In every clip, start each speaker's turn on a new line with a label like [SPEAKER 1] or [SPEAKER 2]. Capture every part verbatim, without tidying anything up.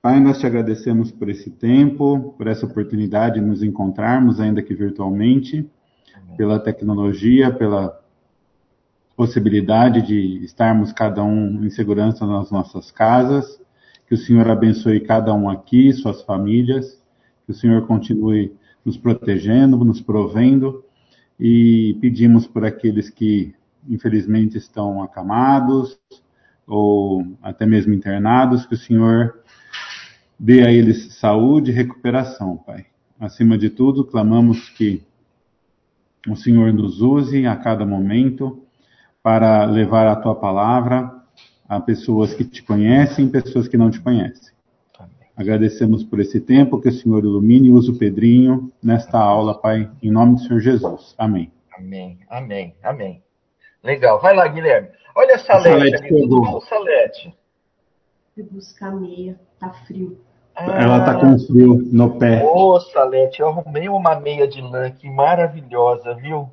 [SPEAKER 1] Pai, nós te agradecemos por esse tempo, por essa oportunidade de nos encontrarmos, ainda que virtualmente, pela tecnologia, pela possibilidade de estarmos cada um em segurança nas nossas casas. Que o Senhor abençoe cada um aqui, suas famílias, que o Senhor continue nos protegendo, nos provendo, e pedimos por aqueles que, infelizmente, estão acamados, ou até mesmo internados, que o Senhor dê a eles saúde e recuperação, Pai. Acima de tudo, clamamos que o Senhor nos use a cada momento para levar a Tua palavra a pessoas que te conhecem e pessoas que não te conhecem. Amém. Agradecemos por esse tempo, que o Senhor ilumine e use o Pedrinho nesta aula, Pai, em nome do Senhor Jesus. Amém.
[SPEAKER 2] Amém, amém, amém. Legal, vai lá, Guilherme. Olha a Salete ali, tudo bom, Salete?
[SPEAKER 3] Fui buscar meia, tá frio.
[SPEAKER 1] Ah, ela tá com frio no pé.
[SPEAKER 2] Ô, Salete, eu arrumei uma meia de lã que maravilhosa, viu?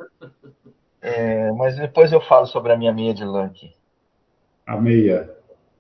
[SPEAKER 2] É, mas depois eu falo sobre a minha meia de lã aqui.
[SPEAKER 1] A meia.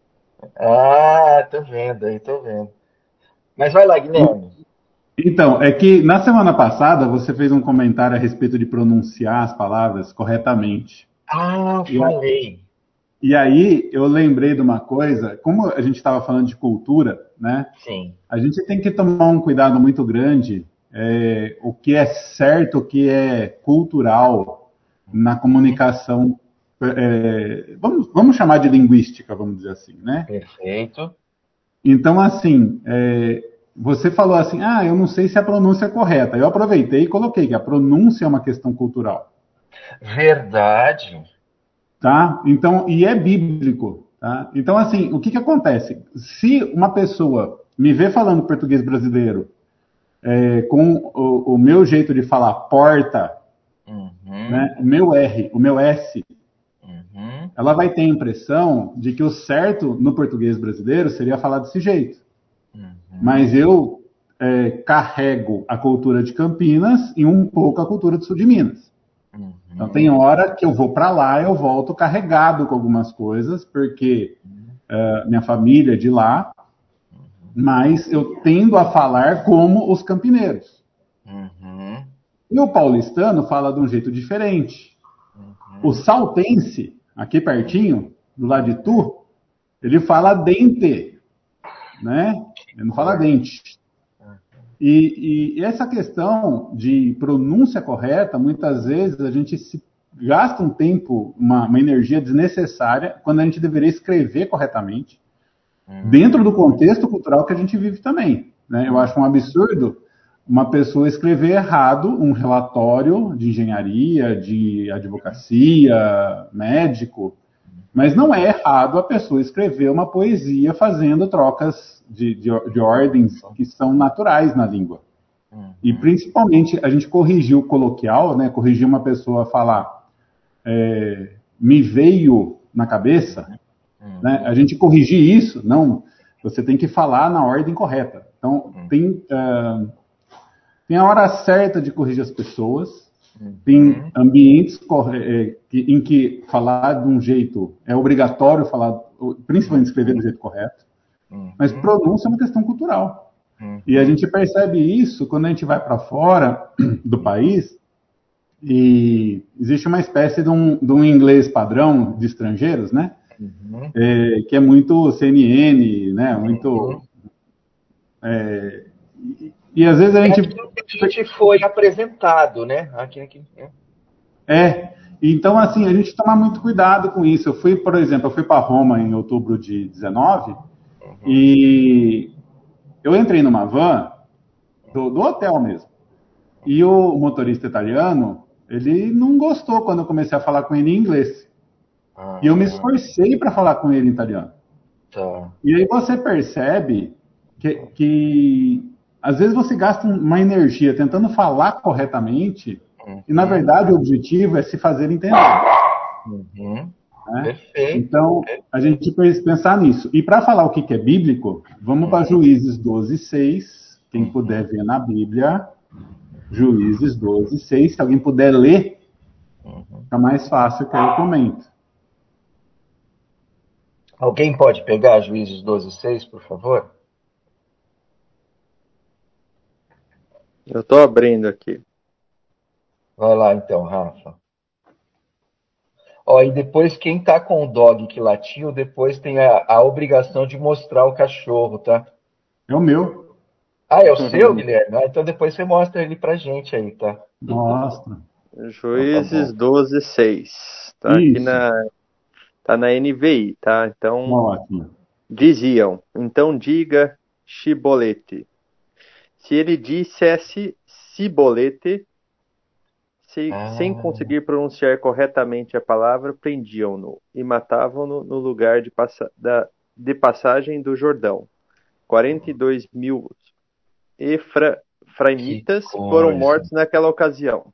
[SPEAKER 2] Ah, tô vendo aí, tô vendo. Mas vai lá, Guilherme.
[SPEAKER 1] Então, é que na semana passada você fez um comentário a respeito de pronunciar as palavras corretamente.
[SPEAKER 2] Ah, falei.
[SPEAKER 1] E aí eu lembrei de uma coisa, como a gente estava falando de cultura, né?
[SPEAKER 2] Sim.
[SPEAKER 1] A gente tem que tomar um cuidado muito grande, é, o que é certo, o que é cultural na comunicação, é, vamos, vamos chamar de linguística, vamos dizer assim, né?
[SPEAKER 2] Perfeito.
[SPEAKER 1] Então, assim, é, você falou assim, ah, eu não sei se a pronúncia é correta. Eu aproveitei e coloquei que a pronúncia é uma questão cultural.
[SPEAKER 2] Verdade.
[SPEAKER 1] Tá? Então, e é bíblico, tá? Então, assim, o que que acontece? Se uma pessoa me vê falando português brasileiro é, com o, o meu jeito de falar porta,
[SPEAKER 2] Uhum.
[SPEAKER 1] né, o meu R, o meu S,
[SPEAKER 2] Uhum.
[SPEAKER 1] ela vai ter a impressão de que o certo no português brasileiro seria falar desse jeito.
[SPEAKER 2] Uhum.
[SPEAKER 1] Mas eu é, carrego a cultura de Campinas e um pouco a cultura do sul de Minas.
[SPEAKER 2] Uhum.
[SPEAKER 1] Então tem hora que eu vou para lá, eu volto carregado com algumas coisas, porque uh, minha família é de lá, mas eu tendo a falar como os campineiros.
[SPEAKER 2] Uhum.
[SPEAKER 1] E o paulistano fala de um jeito diferente.
[SPEAKER 2] Uhum.
[SPEAKER 1] O saltense, aqui pertinho, do lado de Tu, ele fala dente, né? Ele não fala dente. E, e essa questão de pronúncia correta, muitas vezes a gente se gasta um tempo, uma, uma energia desnecessária, quando a gente deveria escrever corretamente, dentro do contexto cultural que a gente vive também. Né? Eu acho um absurdo uma pessoa escrever errado um relatório de engenharia, de advocacia, médico, mas não é errado a pessoa escrever uma poesia fazendo trocas de, de, de ordens que são naturais na língua. Uhum. E principalmente a gente corrigir o coloquial, né? Corrigir uma pessoa a falar é, me veio na cabeça, uhum. Né? A gente corrigir isso, não, você tem que falar na ordem correta. Então tem, uh, tem a hora certa de corrigir as pessoas. Tem ambientes em que falar de um jeito é obrigatório falar, principalmente escrever do jeito correto, mas pronúncia é uma questão cultural. E a gente percebe isso quando a gente vai para fora do país e existe uma espécie de um, de um inglês padrão de estrangeiros, né? Uhum. É, que é muito C N N, né? Muito... É, e, e às vezes a gente...
[SPEAKER 2] A gente foi apresentado, né? Aqui, aqui, né?
[SPEAKER 1] É, então assim, a gente toma muito cuidado com isso. Eu fui, por exemplo, eu fui para Roma em outubro de dezenove, uhum. E eu entrei numa van do, do hotel mesmo. E o motorista italiano, ele não gostou quando eu comecei a falar com ele em inglês. Ah, e eu me esforcei para falar com ele em italiano. Tá. E aí você percebe que, que às vezes você gasta uma energia tentando falar corretamente, uhum. E na verdade o objetivo é se fazer entender. Uhum. Né? Perfeito. Então, a gente precisa pensar nisso. E para falar o que é bíblico, vamos uhum. para Juízes doze, seis. Quem uhum. puder ver na Bíblia, Juízes doze, seis. Se alguém puder ler, uhum. Fica mais fácil que eu comento.
[SPEAKER 2] Alguém pode pegar Juízes doze, seis, por favor?
[SPEAKER 4] Eu tô abrindo aqui.
[SPEAKER 2] Vai lá então, Rafa. Ó, e depois quem tá com o dog que latiu, depois tem a, a obrigação de mostrar o cachorro, tá?
[SPEAKER 1] É o meu.
[SPEAKER 2] Ah, é o seu, Guilherme? Ah, então depois você mostra ele pra gente aí, tá?
[SPEAKER 1] Mostra.
[SPEAKER 2] Então tá
[SPEAKER 4] Juízes
[SPEAKER 2] bom.
[SPEAKER 4] doze seis. Tá aqui
[SPEAKER 1] Isso.
[SPEAKER 4] na, tá na N V I, tá? Então,
[SPEAKER 1] Ótimo.
[SPEAKER 4] diziam. Então diga Chibolete. Se ele dissesse Cibolete, se, sem
[SPEAKER 2] Ah,
[SPEAKER 4] conseguir pronunciar corretamente a palavra, prendiam-no e matavam-no no lugar de, passa, da, de passagem do Jordão. quarenta e dois mil
[SPEAKER 2] que
[SPEAKER 4] efraimitas foram
[SPEAKER 2] coisa.
[SPEAKER 4] mortos naquela ocasião.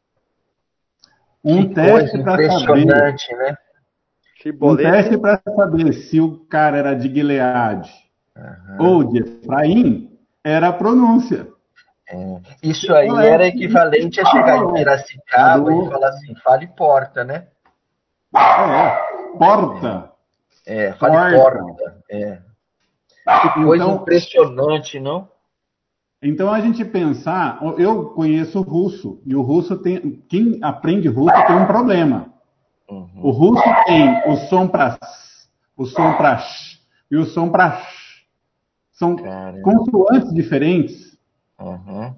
[SPEAKER 2] Que
[SPEAKER 1] Um teste
[SPEAKER 2] coisa
[SPEAKER 1] para saber,
[SPEAKER 2] impressionante, né?
[SPEAKER 1] um teste
[SPEAKER 4] Chibolete,
[SPEAKER 1] para saber se o cara era de Gileade
[SPEAKER 2] Aham.
[SPEAKER 1] ou de Efraim era a pronúncia.
[SPEAKER 2] É. Isso aí
[SPEAKER 1] Ela é
[SPEAKER 2] era equivalente a chegar em
[SPEAKER 1] a
[SPEAKER 2] Piracicaba e
[SPEAKER 1] do
[SPEAKER 2] falar assim, fale porta, né?
[SPEAKER 1] é, porta,
[SPEAKER 2] É, fale
[SPEAKER 1] porta.
[SPEAKER 2] porta. É. Que coisa
[SPEAKER 1] Então,
[SPEAKER 2] impressionante, não?
[SPEAKER 1] então a gente pensar, eu conheço o russo e o russo tem, quem aprende russo tem um problema. O
[SPEAKER 2] Uhum.
[SPEAKER 1] russo tem o som para o som para sh e o som para sh. São
[SPEAKER 2] Caramba.
[SPEAKER 1] consoantes diferentes
[SPEAKER 2] Uhum.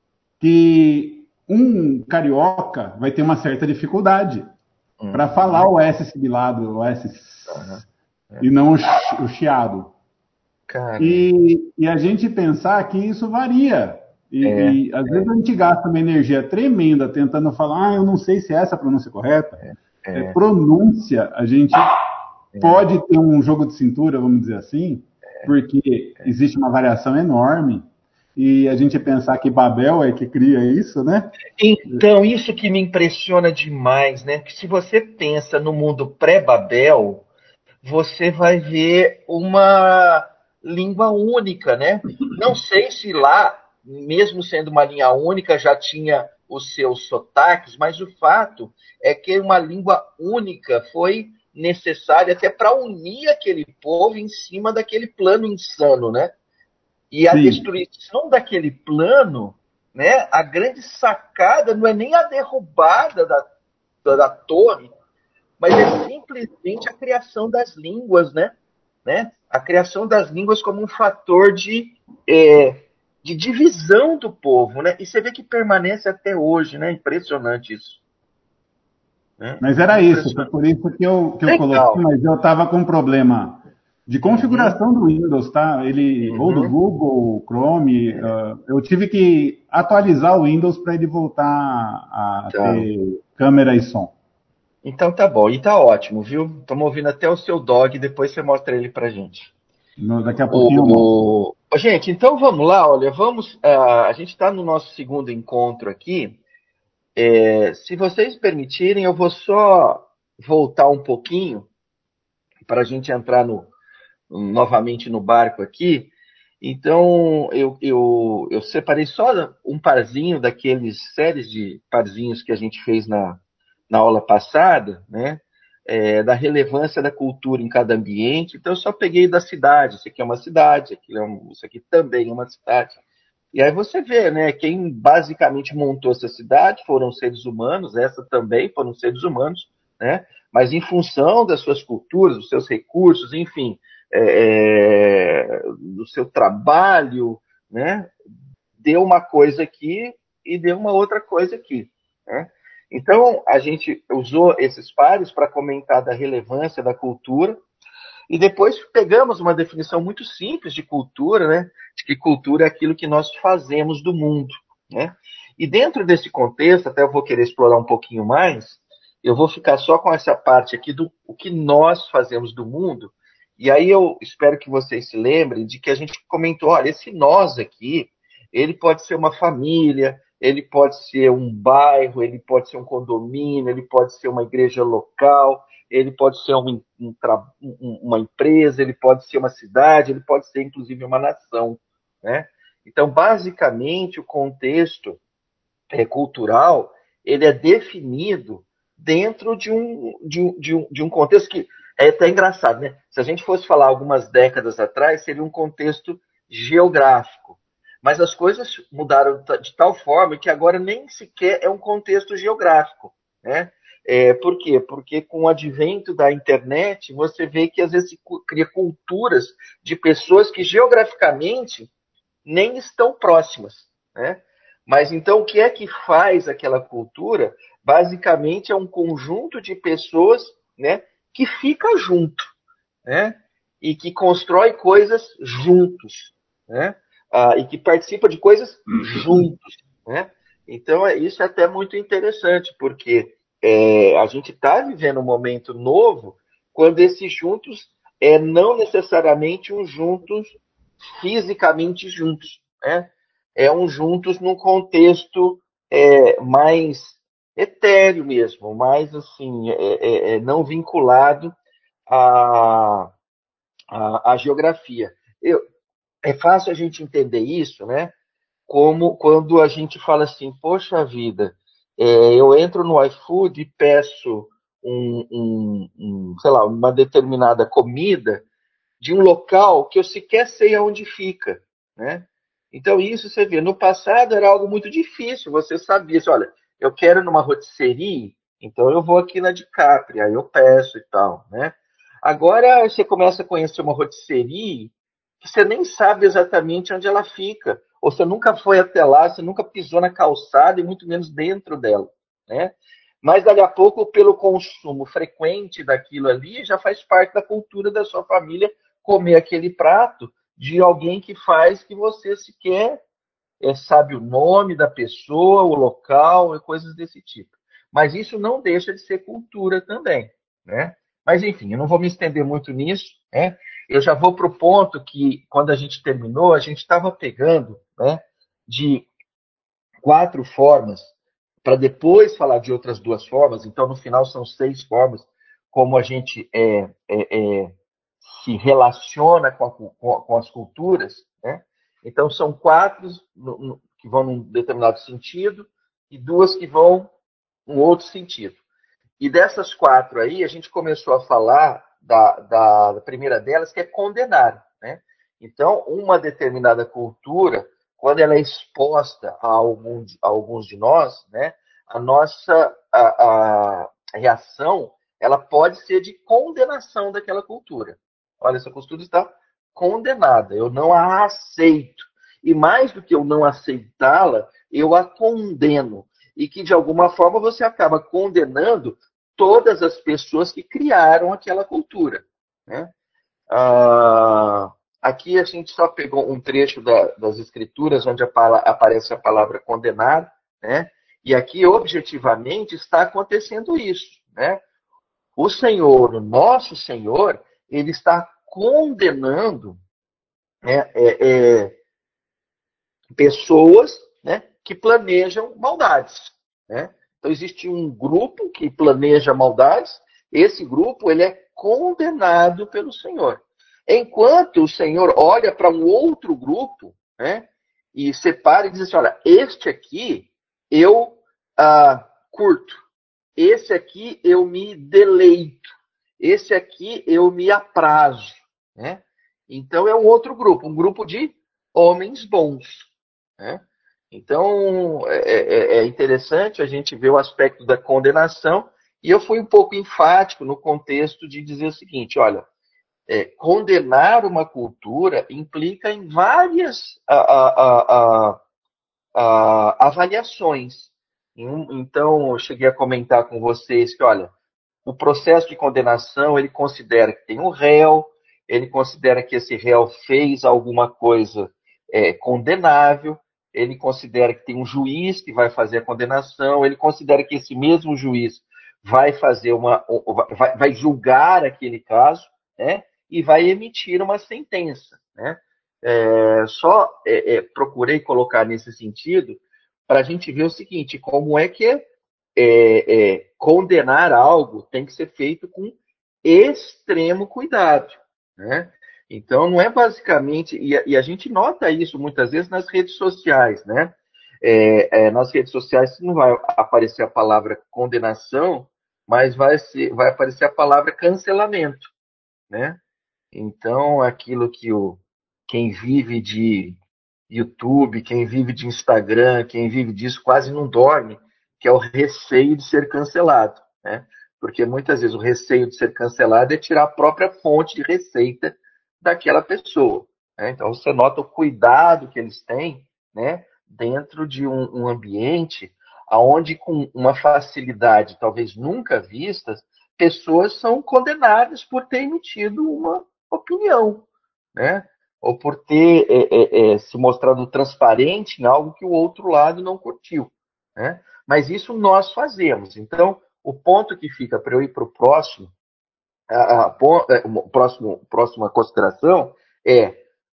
[SPEAKER 1] que um carioca vai ter uma certa dificuldade para falar
[SPEAKER 2] Uhum.
[SPEAKER 1] o S sibilado, o S
[SPEAKER 2] Uhum.
[SPEAKER 1] e não o, ch, o chiado.
[SPEAKER 2] Caramba.
[SPEAKER 1] E, e a gente pensar que isso varia.
[SPEAKER 2] É,
[SPEAKER 1] E, e às vezes a gente gasta uma energia tremenda tentando falar, ah, eu não sei se é essa a pronúncia correta. É,
[SPEAKER 2] é,
[SPEAKER 1] pronúncia, a gente
[SPEAKER 2] é.
[SPEAKER 1] pode ter um jogo de cintura, vamos dizer assim, porque existe uma variação enorme. E a gente pensar que Babel é que cria isso, né?
[SPEAKER 2] Então, isso que me impressiona demais, né? Que se você pensa no mundo pré-Babel, você vai ver uma língua única, né? Não sei se lá, mesmo sendo uma linha única, já tinha os seus sotaques, mas o fato é que uma língua única foi necessária até para unir aquele povo em cima daquele plano insano, né? E a
[SPEAKER 1] Sim.
[SPEAKER 2] destruição daquele plano, né? A grande sacada não é nem a derrubada da, da, da torre, mas é simplesmente a criação das línguas, né? né? A criação das línguas como um fator de, é, de divisão do povo, né? E você vê que permanece até hoje, né? Impressionante isso. Né?
[SPEAKER 1] Mas era isso, foi
[SPEAKER 2] Impressionante.
[SPEAKER 1] por isso que eu, que eu coloquei,
[SPEAKER 2] Legal.
[SPEAKER 1] mas eu estava com um problema de
[SPEAKER 2] Uhum,
[SPEAKER 1] configuração do Windows, tá? Ele, ou do
[SPEAKER 2] uhum.
[SPEAKER 1] Google, Chrome, uh, eu tive que atualizar o Windows para ele voltar a
[SPEAKER 2] Tá.
[SPEAKER 1] ter câmera e som.
[SPEAKER 2] Então tá bom. E tá ótimo, viu? Estamos ouvindo até o seu dog, depois você mostra ele pra gente.
[SPEAKER 1] No, daqui a pouquinho eu mostro.
[SPEAKER 2] O... Ô, gente, então vamos lá, olha, vamos. Uh, a gente está no nosso segundo encontro aqui. É, se vocês permitirem, eu vou só voltar um pouquinho para a gente entrar no, novamente no barco aqui. Então, eu, eu, eu separei só um parzinho daqueles séries de parzinhos que a gente fez na, na aula passada, né? É, da relevância da cultura em cada ambiente. Então, eu só peguei da cidade. Isso aqui é uma cidade, aqui é um, isso aqui também é uma cidade. E aí você vê, né? Quem basicamente montou essa cidade foram seres humanos, essa também foram seres humanos, né? Mas em função das suas culturas, dos seus recursos, enfim, é, é, do seu trabalho, né? Deu uma coisa aqui e deu uma outra coisa aqui, né? Então a gente usou esses pares para comentar da relevância da cultura e depois pegamos uma definição muito simples de cultura, né? De que cultura é aquilo que nós fazemos do mundo, né? E dentro desse contexto, até eu vou querer explorar um pouquinho mais, eu vou ficar só com essa parte aqui do o que nós fazemos do mundo. E aí eu espero que vocês se lembrem de que a gente comentou, olha, esse nós aqui, ele pode ser uma família, ele pode ser um bairro, ele pode ser um condomínio, ele pode ser uma igreja local, ele pode ser um, um, uma empresa, ele pode ser uma cidade, ele pode ser inclusive uma nação, né? Então, basicamente, o contexto é, cultural ele é definido dentro de um, de, um, de, um, de um contexto que é até engraçado, né? Se a gente fosse falar algumas décadas atrás, seria um contexto geográfico. Mas as coisas mudaram de tal forma que agora nem sequer é um contexto geográfico, né? É, por quê? Porque com o advento da internet, você vê que às vezes se cria culturas de pessoas que geograficamente nem estão próximas, né? Mas então o que é que faz aquela cultura? Basicamente é um conjunto de pessoas, né, que fica junto, né? E que constrói coisas juntos, né? Ah, e que participa de coisas juntos, né? Então é, isso é até muito interessante, porque é, a gente está vivendo um momento novo quando esses juntos é não necessariamente um juntos fisicamente juntos, né? É um juntos num contexto é, mais etéreo mesmo, mais assim, é, é, é não vinculado à, à, à geografia. Eu, é fácil a gente entender isso, né? Como quando a gente fala assim, poxa vida, é, eu entro no iFood e peço um, um, um, sei lá, uma determinada comida de um local que eu sequer sei aonde fica, né? Então isso você vê, no passado era algo muito difícil, você sabia, assim, olha, eu quero numa rotisserie, então eu vou aqui na DiCaprio, aí eu peço e tal, né? Agora você começa a conhecer uma rotisserie que você nem sabe exatamente onde ela fica, ou você nunca foi até lá, você nunca pisou na calçada e muito menos dentro dela, né? Mas dali a pouco, pelo consumo frequente daquilo ali, já faz parte da cultura da sua família comer aquele prato de alguém que faz que você sequer é, sabe o nome da pessoa, o local e coisas desse tipo. Mas isso não deixa de ser cultura também, né? Mas enfim, eu não vou me estender muito nisso, né? Eu já vou para o ponto que, quando a gente terminou, a gente estava pegando, né, de quatro formas para depois falar de outras duas formas. Então, no final, são seis formas como a gente é, é, é, se relaciona com, a, com, com as culturas, né? Então, são quatro no, no, que vão num determinado sentido e duas que vão num outro sentido. E dessas quatro aí, a gente começou a falar da, da, da primeira delas, que é condenar, né? Então, uma determinada cultura, quando ela é exposta a, algum, a alguns de nós, né, a nossa a, a reação ela pode ser de condenação daquela cultura. Olha, essa cultura está condenada, eu não a aceito. E mais do que eu não aceitá-la, eu a condeno. E que, de alguma forma, você acaba condenando todas as pessoas que criaram aquela cultura, né? Ah, aqui a gente só pegou um trecho da, das escrituras onde a, aparece a palavra condenar, né? E aqui objetivamente está acontecendo isso, né? O Senhor, o nosso Senhor, ele está condenando, né, é, é, pessoas, né, que planejam maldades, né? Então existe um grupo que planeja maldades, esse grupo ele é condenado pelo Senhor. Enquanto o Senhor olha para um outro grupo, né, e separa e diz assim, olha, este aqui eu ah, curto, esse aqui eu me deleito, esse aqui eu me aprazo, né? Então é um outro grupo, um grupo de homens bons, né? Então é, é, é interessante a gente ver o aspecto da condenação, e eu fui um pouco enfático no contexto de dizer o seguinte, olha, é, condenar uma cultura implica em várias a, a, a, a, avaliações. Então, eu cheguei a comentar com vocês que, olha, o processo de condenação, ele considera que tem um réu, ele considera que esse réu fez alguma coisa é, condenável, ele considera que tem um juiz que vai fazer a condenação, ele considera que esse mesmo juiz vai fazer uma, vai, vai julgar aquele caso, né, e vai emitir uma sentença, né? É, só é, é, procurei colocar nesse sentido para a gente ver o seguinte, como é que é, é, condenar algo tem que ser feito com extremo cuidado, né? Então, não é basicamente... E a, e a gente nota isso muitas vezes nas redes sociais, né? É, é, nas redes sociais não vai aparecer a palavra condenação, mas vai, ser, vai aparecer a palavra cancelamento, né? Então, aquilo que o, quem vive de YouTube, quem vive de Instagram, quem vive disso quase não dorme, que é o receio de ser cancelado, né? Porque muitas vezes o receio de ser cancelado é tirar a própria fonte de receita daquela pessoa, né? Então você nota o cuidado que eles têm, né, dentro de um, um ambiente onde, com uma facilidade talvez nunca vista, pessoas são condenadas por ter emitido uma opinião, né? Ou por ter é, é, é, se mostrado transparente em algo que o outro lado não curtiu, né? Mas isso nós fazemos. Então, o ponto que fica para eu ir para o próximo, a, a, a, próximo, próxima consideração é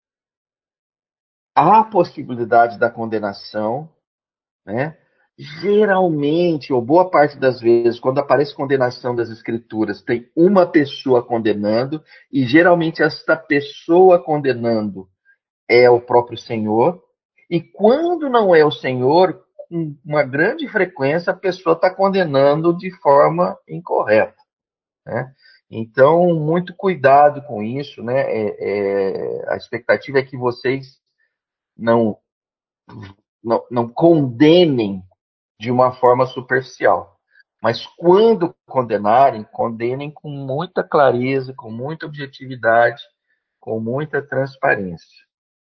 [SPEAKER 2] a possibilidade da condenação, né? Geralmente, ou boa parte das vezes, quando aparece condenação das escrituras, tem uma pessoa condenando, e geralmente esta pessoa condenando é o próprio Senhor. E quando não é o Senhor, com uma grande frequência, a pessoa está condenando de forma incorreta, né? Então, muito cuidado com isso, né? É, é, a expectativa é que vocês não, não, não condenem de uma forma superficial. Mas quando condenarem, condenem com muita clareza, com muita objetividade, com muita transparência.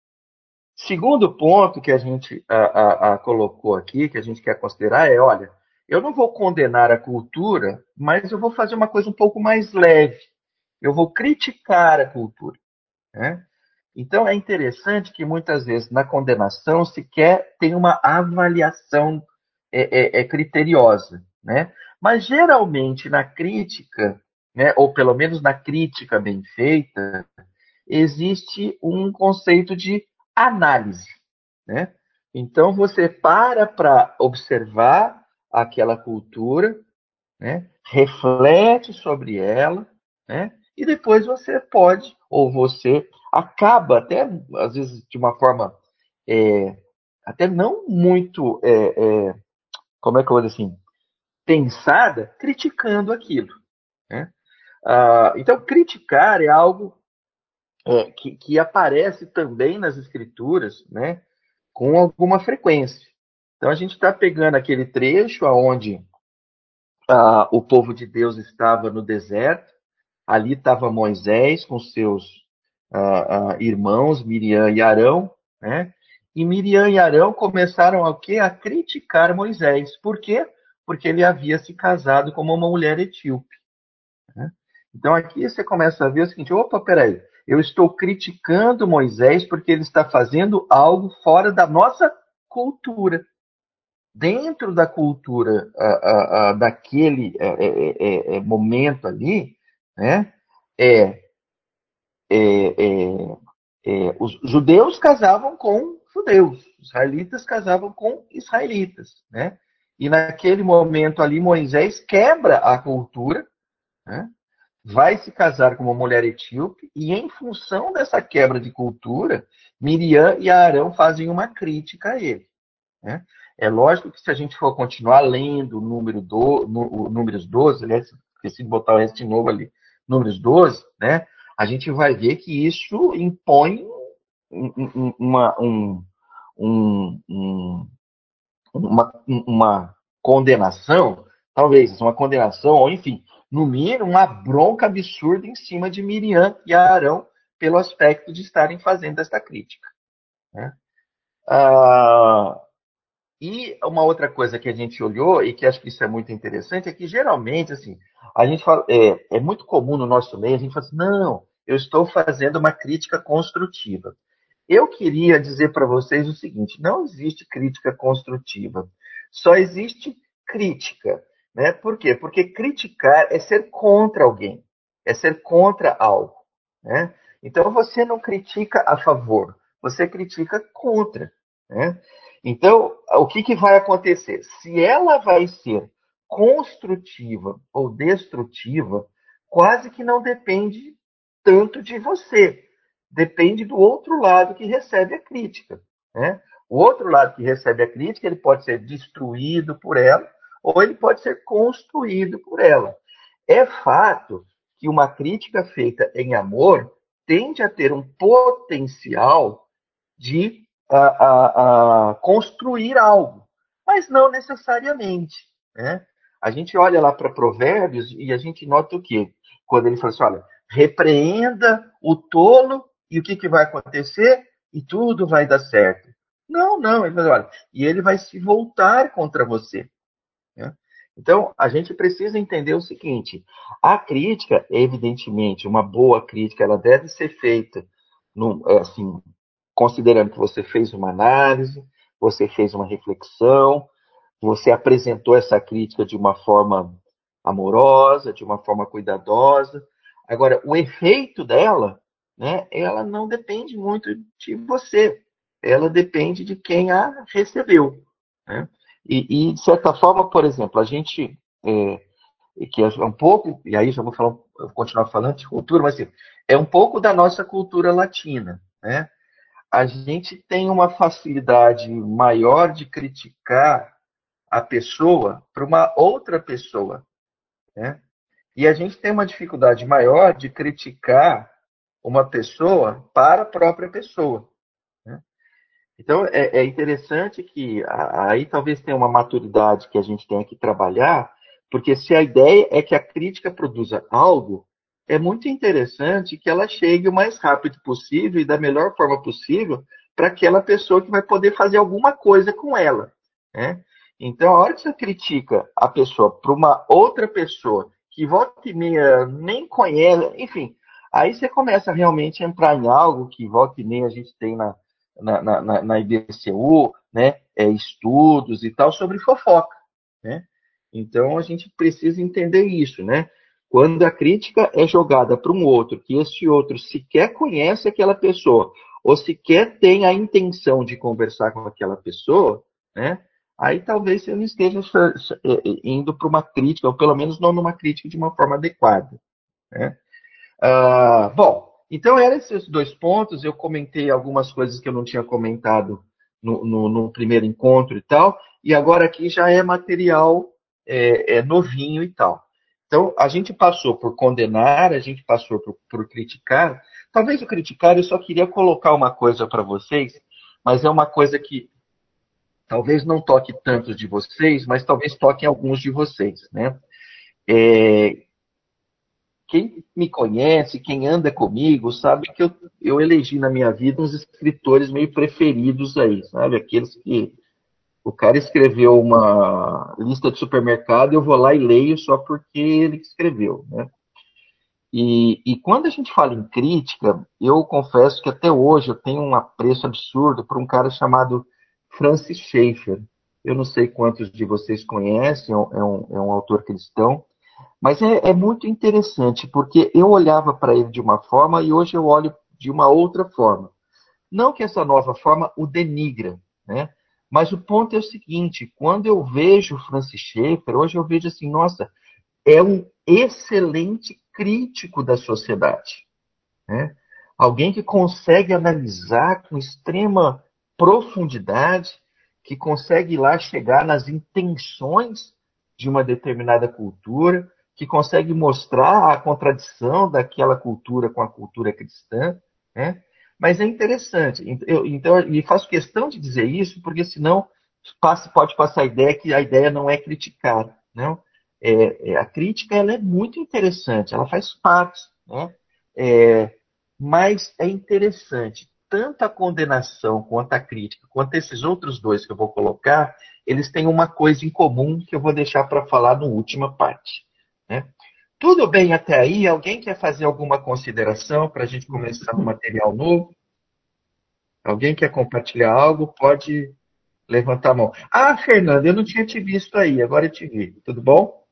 [SPEAKER 2] Segundo ponto que a gente a, a, a colocou aqui, que a gente quer considerar, é, olha, eu não vou condenar a cultura, mas eu vou fazer uma coisa um pouco mais leve. Eu vou criticar a cultura, né? Então é interessante que muitas vezes na condenação sequer tem uma avaliação é, é, é criteriosa, né? Mas geralmente na crítica, né, ou pelo menos na crítica bem feita, existe um conceito de análise, né? Então você para para observar aquela cultura, né? Reflete sobre ela, né? E depois você pode, ou você acaba até, às vezes, de uma forma é, até não muito, é, é, como é que eu vou dizer assim, pensada, criticando aquilo, né? Ah, então, criticar é algo é, que, que aparece também nas escrituras, né? Com alguma frequência. Então, a gente está pegando aquele trecho onde ah, o povo de Deus estava no deserto. Ali estava Moisés com seus ah, ah, irmãos, Miriam e Arão, né? E Miriam e Arão começaram a, quê? A criticar Moisés. Por quê? Porque ele havia se casado com uma mulher etíope, né? Então aqui você começa a ver o seguinte: opa, peraí, eu estou criticando Moisés porque ele está fazendo algo fora da nossa cultura. Dentro da cultura ah, ah, ah, daquele é, é, é, momento ali, né? É, é, é, é, os judeus casavam com judeus, os israelitas casavam com israelitas, né? E naquele momento ali, Moisés quebra a cultura, né? Vai se casar com uma mulher etíope, e em função dessa quebra de cultura, Miriam e Arão fazem uma crítica a ele, né? É lógico que se a gente for continuar lendo o número do, no, o números doze, aliás, esqueci de botar o resto de novo ali, números doze, né? A gente vai ver que isso impõe uma, um, um, um, uma, uma condenação, talvez uma condenação, ou enfim, no mínimo, uma bronca absurda em cima de Miriam e Arão pelo aspecto de estarem fazendo esta crítica, né? Ah, e uma outra coisa que a gente olhou, e que acho que isso é muito interessante, é que geralmente, assim, a gente fala, é, é muito comum no nosso meio, a gente fala assim, não, eu estou fazendo uma crítica construtiva. Eu queria dizer para vocês o seguinte: não existe crítica construtiva, só existe crítica, né? Por quê? Porque criticar é ser contra alguém, é ser contra algo, né? Então você não critica a favor, você critica contra, né? Então, o que, que vai acontecer? Se ela vai ser construtiva ou destrutiva, quase que não depende tanto de você. Depende do outro lado que recebe a crítica, né? O outro lado que recebe a crítica, ele pode ser destruído por ela, ou ele pode ser construído por ela. É fato que uma crítica feita em amor tende a ter um potencial de a, a, a construir algo, mas não necessariamente, né? A gente olha lá para Provérbios e a gente nota o quê? Quando ele fala assim, olha, repreenda o tolo e o que, que vai acontecer? E tudo vai dar certo. Não, não, ele fala, olha, e ele vai se voltar contra você, né? Então, a gente precisa entender o seguinte, a crítica, evidentemente, uma boa crítica, ela deve ser feita, no, assim, considerando que você fez uma análise, você fez uma reflexão, você apresentou essa crítica de uma forma amorosa, de uma forma cuidadosa. Agora, o efeito dela, né, ela não depende muito de você, ela depende de quem a recebeu, né? E, e, de certa forma, por exemplo, a gente, é, que é um pouco, e aí já vou, falar, vou continuar falando de cultura, mas assim, é um pouco da nossa cultura latina, né? A gente tem uma facilidade maior de criticar a pessoa para uma outra pessoa, né? E a gente tem uma dificuldade maior de criticar uma pessoa para a própria pessoa, né? Então, é, é interessante que aí talvez tenha uma maturidade que a gente tenha que trabalhar, porque se a ideia é que a crítica produza algo, é muito interessante que ela chegue o mais rápido possível e da melhor forma possível para aquela pessoa que vai poder fazer alguma coisa com ela, né? Então, a hora que você critica a pessoa para uma outra pessoa que volta e meia nem conhece, enfim, aí você começa realmente a entrar em algo que volta e meia a gente tem na na, na, na I B C U, né, é, estudos e tal sobre fofoca, né? Então a gente precisa entender isso, né? Quando a crítica é jogada para um outro, que esse outro sequer conhece aquela pessoa, ou sequer tem a intenção de conversar com aquela pessoa, né? Aí talvez você não esteja indo para uma crítica, ou pelo menos não numa crítica de uma forma adequada, né? Ah, bom, então eram esses dois pontos. Eu comentei algumas coisas que eu não tinha comentado no, no, no primeiro encontro e tal, e agora aqui já é material é, é novinho e tal. Então, a gente passou por condenar, a gente passou por, por criticar. Talvez o criticar, eu só queria colocar uma coisa para vocês, mas é uma coisa que talvez não toque tantos de vocês, mas talvez toque alguns de vocês, né? É, quem me conhece, quem anda comigo, sabe que eu, eu elegi na minha vida uns escritores meio preferidos aí, sabe? Aqueles que o cara escreveu uma lista de supermercado, eu vou lá e leio só porque ele escreveu, né? E, e quando a gente fala em crítica, eu confesso que até hoje eu tenho um apreço absurdo por um cara chamado Francis Schaeffer. Eu não sei quantos de vocês conhecem, é um, é um autor cristão, mas é, é muito interessante, porque eu olhava para ele de uma forma e hoje eu olho de uma outra forma. Não que essa nova forma o denigra, né? Mas o ponto é o seguinte, quando eu vejo Francis Schaeffer, hoje eu vejo assim, nossa, é um excelente crítico da sociedade, né? Alguém que consegue analisar com extrema profundidade, que consegue ir lá chegar nas intenções de uma determinada cultura, que consegue mostrar a contradição daquela cultura com a cultura cristã, né? Mas é interessante. Eu, então, e faço questão de dizer isso, porque senão passa, pode passar a ideia que a ideia não é criticar, não? É, é, a crítica ela é muito interessante, ela faz parte, né? É, mas é interessante, tanto a condenação quanto a crítica, quanto esses outros dois que eu vou colocar, eles têm uma coisa em comum que eu vou deixar para falar na última parte, né? Tudo bem até aí? Alguém quer fazer alguma consideração para a gente começar um material novo? Alguém quer compartilhar algo? Pode levantar a mão. Ah, Fernanda, eu não tinha te visto aí, agora eu te vi. Tudo bom?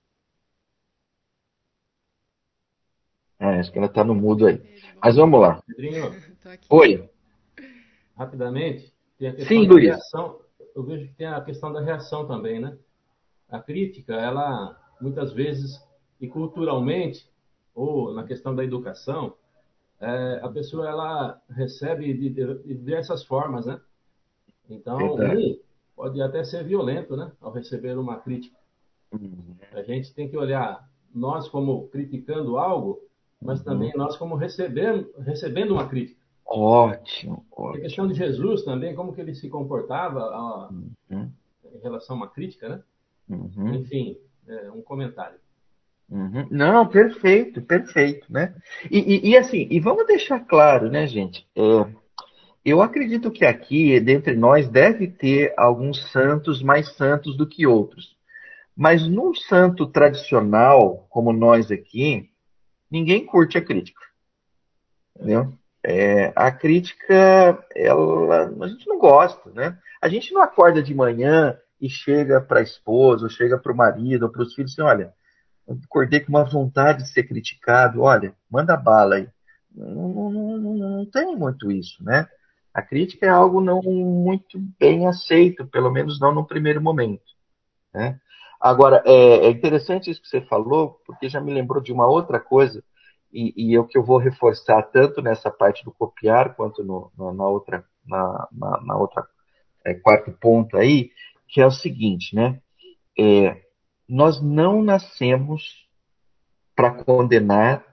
[SPEAKER 2] Ah, acho que ela está no mudo aí.
[SPEAKER 5] Pedro, bom
[SPEAKER 2] Mas vamos
[SPEAKER 5] dia.
[SPEAKER 2] lá.
[SPEAKER 6] Pedrinho,
[SPEAKER 5] Tô aqui.
[SPEAKER 2] Oi.
[SPEAKER 6] rapidamente, tem a questão
[SPEAKER 2] Sim,
[SPEAKER 6] da
[SPEAKER 2] Luiz.
[SPEAKER 6] reação. Eu vejo que tem a questão da reação também, né? A crítica, ela muitas vezes, e culturalmente, ou na questão da educação, é, a pessoa ela recebe de, de diversas formas, né? Então,
[SPEAKER 2] Verdade.
[SPEAKER 6] um pode até ser violento, né? Ao receber uma crítica.
[SPEAKER 2] Uhum.
[SPEAKER 6] A gente tem que olhar nós como criticando algo, mas
[SPEAKER 2] Uhum.
[SPEAKER 6] também nós como recebendo, recebendo uma crítica.
[SPEAKER 2] Ótimo,
[SPEAKER 6] A questão
[SPEAKER 2] ótimo.
[SPEAKER 6] de Jesus também, como que ele se comportava ó,
[SPEAKER 2] Uhum,
[SPEAKER 6] em relação a uma crítica, né?
[SPEAKER 2] uhum,
[SPEAKER 6] Enfim, é, um comentário.
[SPEAKER 2] uhum. Não, perfeito, perfeito, né? E, e, e assim, e vamos deixar claro, né, gente? É, eu acredito que aqui, dentre nós, deve ter alguns santos mais santos do que outros. Mas num santo tradicional, como nós aqui, ninguém curte a crítica, entendeu? É, a crítica, ela, a gente não gosta, né? A gente não acorda de manhã e chega para a esposa, ou chega para o marido, ou para os filhos e assim, olha, eu acordei com uma vontade de ser criticado, olha, manda bala aí. Não, não, não, não, não tem muito isso, né? A crítica é algo não muito bem aceito, pelo menos não no primeiro momento, né? Agora, é, é interessante isso que você falou, porque já me lembrou de uma outra coisa, e, e é o que eu vou reforçar tanto nessa parte do copiar, quanto no, no, na outra, na, na, na outra é, quarto ponto aí, que é o seguinte, né? É, nós não nascemos para condenar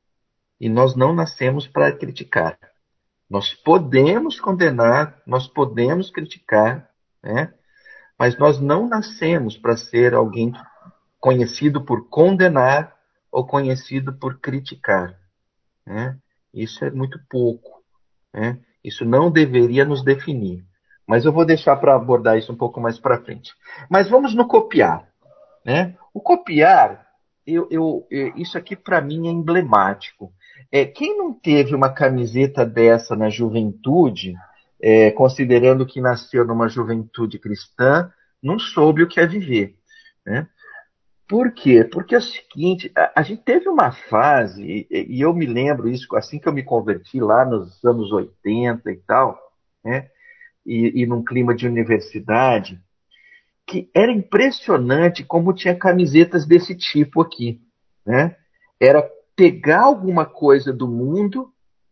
[SPEAKER 2] e nós não nascemos para criticar. Nós podemos condenar, nós podemos criticar, né? Mas nós não nascemos para ser alguém conhecido por condenar ou conhecido por criticar, né? Isso é muito pouco, né? Isso não deveria nos definir. Mas eu vou deixar para abordar isso um pouco mais para frente. Mas vamos no copiar, né? O copiar, eu, eu, isso aqui para mim é emblemático. É, quem não teve uma camiseta dessa na juventude, é, considerando que nasceu numa juventude cristã, não soube o que é viver, né? Por quê? Porque é o seguinte, a, a gente teve uma fase, e, e eu me lembro isso assim que eu me converti lá nos anos oitenta e tal, né? E, e num clima de universidade, que era impressionante como tinha camisetas desse tipo aqui, né? Era pegar alguma coisa do mundo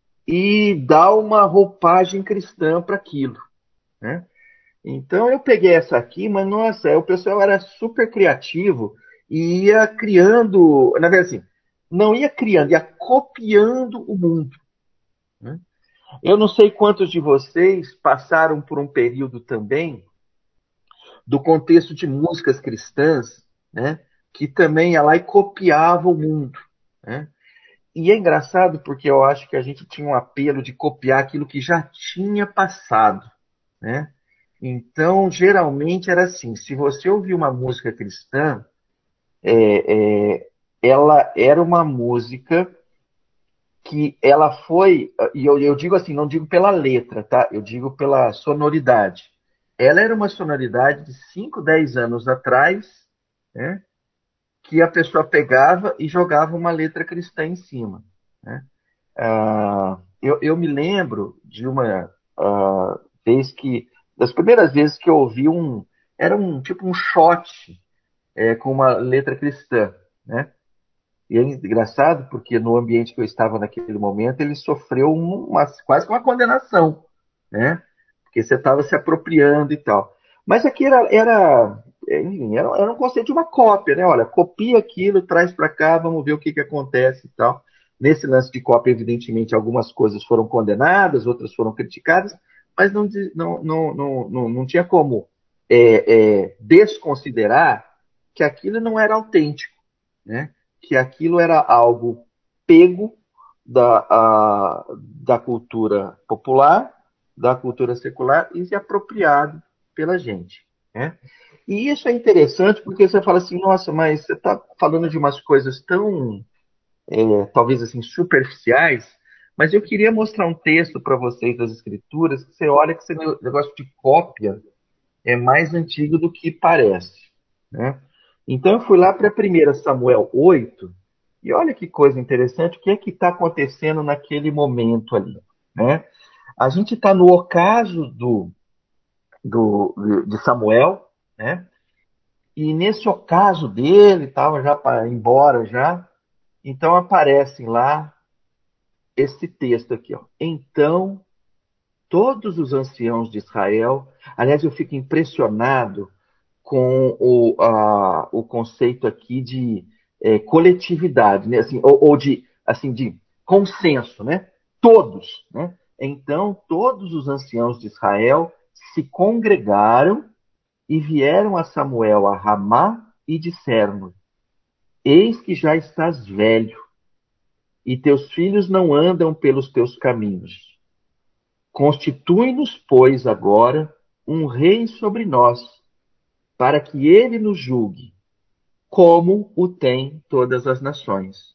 [SPEAKER 2] e dar uma roupagem cristã para aquilo, né? Então eu peguei essa aqui, mas nossa, o pessoal era super criativo e ia criando, na verdade assim, não ia criando, ia copiando o mundo, né? Eu não sei quantos de vocês passaram por um período também do contexto de músicas cristãs, né, que também ia lá e copiava o mundo, né? E é engraçado porque eu acho que a gente tinha um apelo de copiar aquilo que já tinha passado, né? Então, geralmente era assim, se você ouvir uma música cristã, é, é, ela era uma música que ela foi, e eu, eu digo assim, não digo pela letra, tá? Eu digo pela sonoridade. Ela era uma sonoridade de cinco, dez anos atrás, né? Que a pessoa pegava e jogava uma letra cristã em cima, né? Ah, eu, eu me lembro de uma ah, vez que, das primeiras vezes que eu ouvi um, era um tipo um shot é, com uma letra cristã, né? E é engraçado porque no ambiente que eu estava naquele momento, ele sofreu uma, quase que uma condenação, né? Porque você estava se apropriando e tal. Mas aqui era, era, enfim, era, era um conceito de uma cópia, né? Olha, copia aquilo, traz para cá, vamos ver o que, que acontece e tal. Nesse lance de cópia, evidentemente, algumas coisas foram condenadas, outras foram criticadas, mas não, não, não, não, não, não tinha como é, é, desconsiderar que aquilo não era autêntico, né? Que aquilo era algo pego da, a, da cultura popular, da cultura secular e se apropriado pela gente, né? E isso é interessante porque você fala assim, nossa, mas você está falando de umas coisas tão, é, talvez assim, superficiais, mas eu queria mostrar um texto para vocês das Escrituras, que você olha que esse negócio de cópia é mais antigo do que parece, né? Então eu fui lá para primeiro Samuel oito, e olha que coisa interessante, o que é que está acontecendo naquele momento ali, né? A gente está no ocaso do, do, de Samuel, né? E nesse ocaso dele, estava já para ir embora já, então aparecem lá esse texto aqui, ó. Então todos os anciãos de Israel, aliás, eu fico impressionado com o, a, o conceito aqui de é, coletividade, né? Assim, ou, ou de, assim, de consenso, né? Todos, né? Então todos os anciãos de Israel se congregaram e vieram a Samuel a Ramá e disseram: Eis que já estás velho, e teus filhos não andam pelos teus caminhos. Constitui-nos, pois, agora um rei sobre nós, para que ele nos julgue, como o tem todas as nações.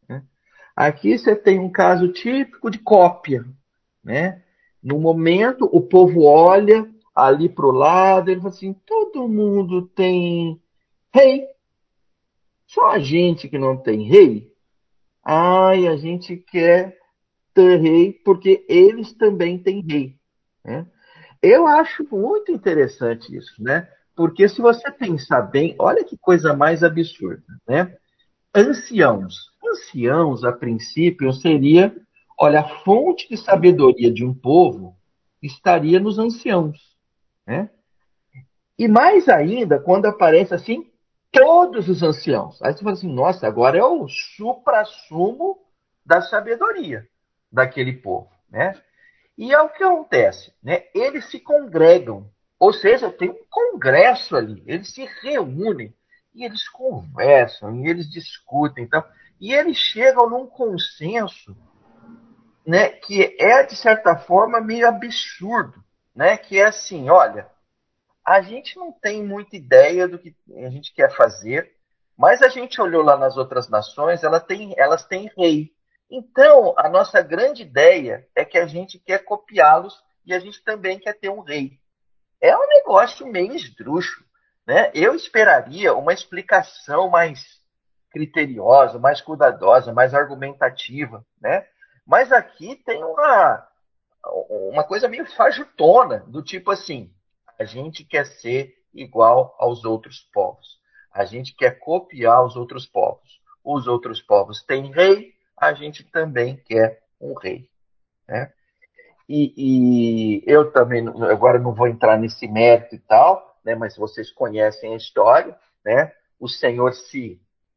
[SPEAKER 2] Aqui você tem um caso típico de cópia, né? No momento, o povo olha ali para o lado, ele fala assim: todo mundo tem rei, só a gente que não tem rei. Ai, a gente quer ter rei porque eles também têm rei, né? Eu acho muito interessante isso, né? Porque se você pensar bem, olha que coisa mais absurda, né? Anciãos. Anciãos, a princípio, seria, olha, a fonte de sabedoria de um povo estaria nos anciãos, né? E mais ainda, quando aparece assim, todos os anciãos. Aí você fala assim, nossa, agora é o suprassumo da sabedoria daquele povo, né? E é o que acontece, né? Eles se congregam, ou seja, tem um congresso ali, eles se reúnem e eles conversam e eles discutem, então, e eles chegam num consenso, né, que é de certa forma meio absurdo, né? Que é assim, olha, a gente não tem muita ideia do que a gente quer fazer, mas a gente olhou lá nas outras nações, elas têm, elas têm rei. Então, a nossa grande ideia é que a gente quer copiá-los e a gente também quer ter um rei. É um negócio meio esdrúxulo, né? Eu esperaria uma explicação mais criteriosa, mais cuidadosa, mais argumentativa, né? Mas aqui tem uma, uma coisa meio fajutona, do tipo assim, a gente quer ser igual aos outros povos. A gente quer copiar os outros povos. Os outros povos têm rei, a gente também quer um rei, né? E, e eu também, agora não vou entrar nesse mérito e tal, né, mas vocês conhecem a história, né? O Senhor se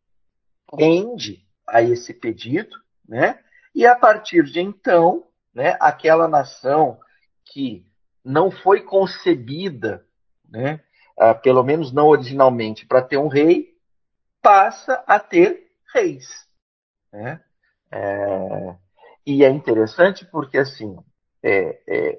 [SPEAKER 2] rende a esse pedido, né? E a partir de então, né, aquela nação que não foi concebida, né, ah, pelo menos não originalmente, para ter um rei, passa a ter reis, né? É, e é interessante porque, assim, é, é,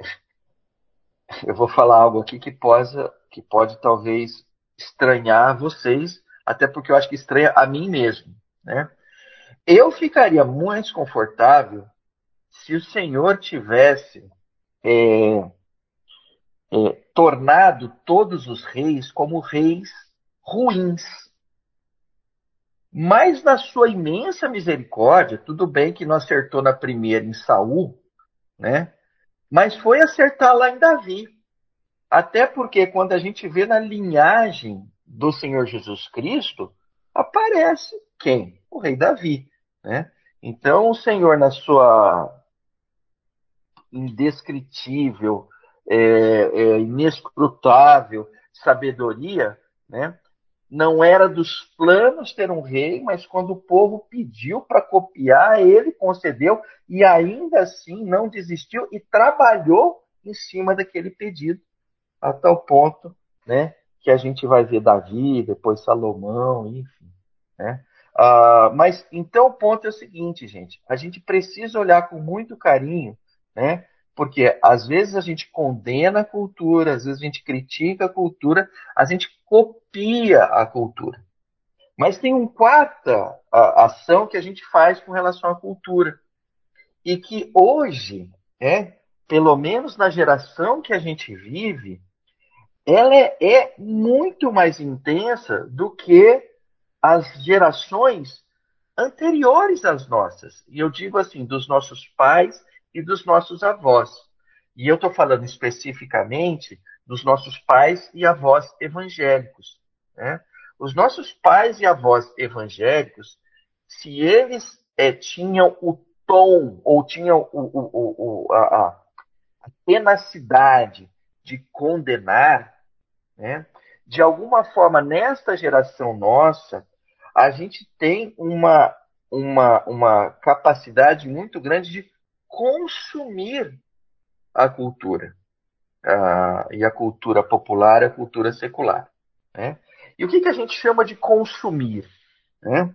[SPEAKER 2] eu vou falar algo aqui que pode, que pode talvez estranhar vocês, até porque eu acho que estranha a mim mesmo, né? Eu ficaria mais confortável se o Senhor tivesse é, é, tornado todos os reis como reis ruins. Mas na sua imensa misericórdia, tudo bem que não acertou na primeira em Saul, né? Mas foi acertar lá em Davi. Até porque quando a gente vê na linhagem do Senhor Jesus Cristo, aparece quem? O rei Davi, né? Então o Senhor, na sua indescritível, é, é, inescrutável sabedoria, né? Não era dos planos ter um rei, mas quando o povo pediu para copiar, ele concedeu e ainda assim não desistiu e trabalhou em cima daquele pedido, a tal ponto, né, que a gente vai ver Davi, depois Salomão, enfim, né? Ah, mas então o ponto é o seguinte, gente, a gente precisa olhar com muito carinho, né? Porque às vezes a gente condena a cultura, às vezes a gente critica a cultura, a gente copia a cultura. Mas tem uma quarta a, ação que a gente faz com relação à cultura e que hoje, né, pelo menos na geração que a gente vive, ela é, é muito mais intensa do que as gerações anteriores às nossas. E eu digo assim, dos nossos pais e dos nossos avós. E eu estou falando especificamente dos nossos pais e avós evangélicos, né? Os nossos pais e avós evangélicos, se eles é, tinham o tom ou tinham o, o, o, a, a tenacidade de condenar, né? De alguma forma, nesta geração nossa, a gente tem uma, uma, uma capacidade muito grande de consumir a cultura. Ah, e a cultura popular é a cultura secular. Né? E o que, que a gente chama de consumir? Né?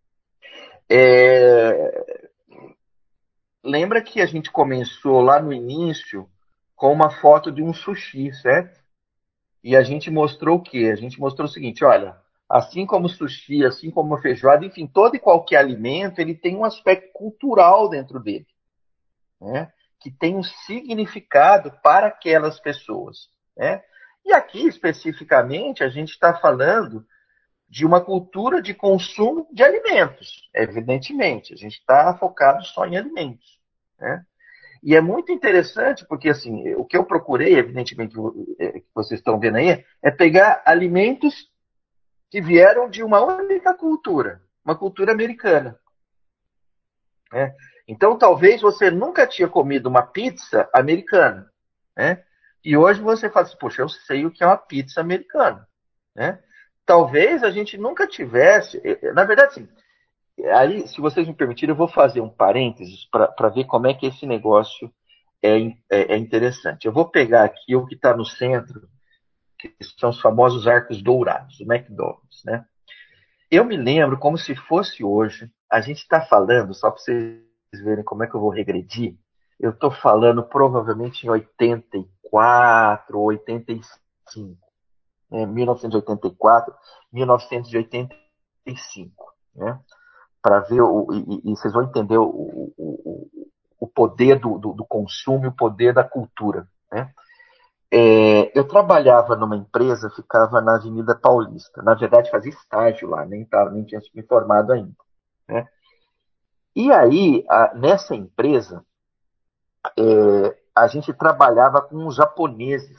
[SPEAKER 2] É... Lembra que a gente começou lá no início com uma foto de um sushi, certo? E a gente mostrou o quê? A gente mostrou o seguinte, olha, assim como o sushi, assim como a feijoada, enfim, todo e qualquer alimento, ele tem um aspecto cultural dentro dele, né? Que tem um significado para aquelas pessoas, né? E aqui, especificamente, a gente está falando de uma cultura de consumo de alimentos, evidentemente. A gente está focado só em alimentos, né? E é muito interessante porque, assim, o que eu procurei, evidentemente, que vocês estão vendo aí, é pegar alimentos que vieram de uma única cultura, uma cultura americana. Né? Então, talvez você nunca tinha comido uma pizza americana. Né? E hoje você fala assim, poxa, eu sei o que é uma pizza americana. Né? Talvez a gente nunca tivesse... Na verdade, sim. Aí, se vocês me permitirem, eu vou fazer um parênteses para ver como é que esse negócio é, é, é interessante. Eu vou pegar aqui o que está no centro, que são os famosos arcos dourados, o McDonald's. Né? Eu me lembro como se fosse hoje, a gente está falando, só para vocês verem como é que eu vou regredir, eu estou falando provavelmente em oitenta e quatro, oitenta e cinco, né? mil novecentos e oitenta e quatro, mil novecentos e oitenta e cinco, né? Para ver, o, e, e vocês vão entender o, o, o poder do, do, do consumo e o poder da cultura. Né? É, eu trabalhava numa empresa, ficava na Avenida Paulista. Na verdade, fazia estágio lá, nem, tava, nem tinha me formado ainda. Né? E aí, a, nessa empresa, é, a gente trabalhava com os japoneses.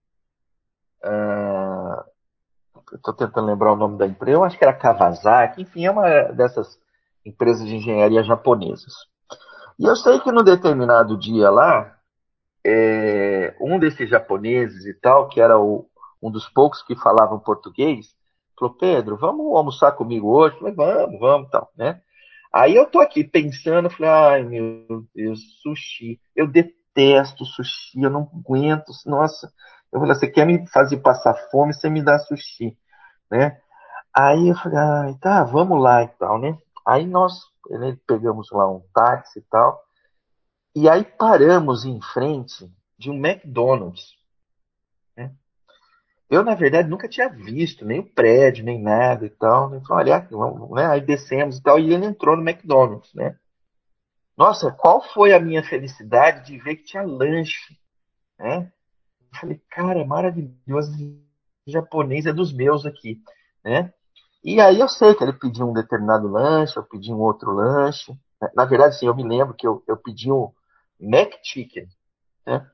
[SPEAKER 2] Ah, estou tentando lembrar o nome da empresa, eu acho que era Kawasaki, enfim, é uma dessas empresas de engenharia japonesas. E eu sei que num determinado dia lá, é, um desses japoneses e tal, que era o, um dos poucos que falavam português, falou, Pedro, vamos almoçar comigo hoje? Eu falei, vamos, vamos, tal, né? Aí eu tô aqui pensando, falei, ai meu Deus, sushi. Eu detesto sushi, eu não aguento, nossa. Eu falei, você quer me fazer passar fome, você me dá sushi, né? Aí eu falei, ai, tá, vamos lá e tal, né? Aí nós né, pegamos lá um táxi e tal, e aí paramos em frente de um McDonald's. Né? Eu, na verdade, nunca tinha visto nem o prédio, nem nada e tal. Né? Falei, olha, vamos, né? Aí descemos e tal, e ele entrou no McDonald's, né? Nossa, qual foi a minha felicidade de ver que tinha lanche, né? Eu falei, cara, maravilhoso, japonês é dos meus aqui, né? E aí eu sei que ele pediu um determinado lanche, eu pedi um outro lanche. Na verdade, sim, eu me lembro que eu, eu pedi um McChicken, né?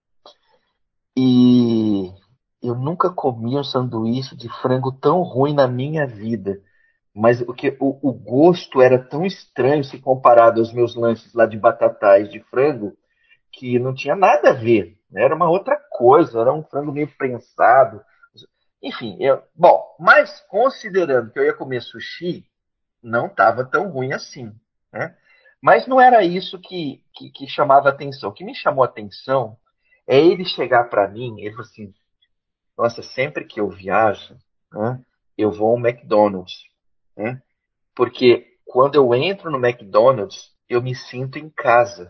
[SPEAKER 2] E eu nunca comi um sanduíche de frango tão ruim na minha vida. Mas o, que, o, o gosto era tão estranho se comparado aos meus lanches lá de batatais de frango, que não tinha nada a ver. Né? Era uma outra coisa, era um frango meio prensado. Enfim, eu, bom, mas considerando que eu ia comer sushi, não estava tão ruim assim. Né? Mas não era isso que, que, que chamava atenção. O que me chamou a atenção é ele chegar para mim, ele falou assim, nossa, sempre que eu viajo, né, eu vou ao McDonald's. Né? Porque quando eu entro no McDonald's, eu me sinto em casa.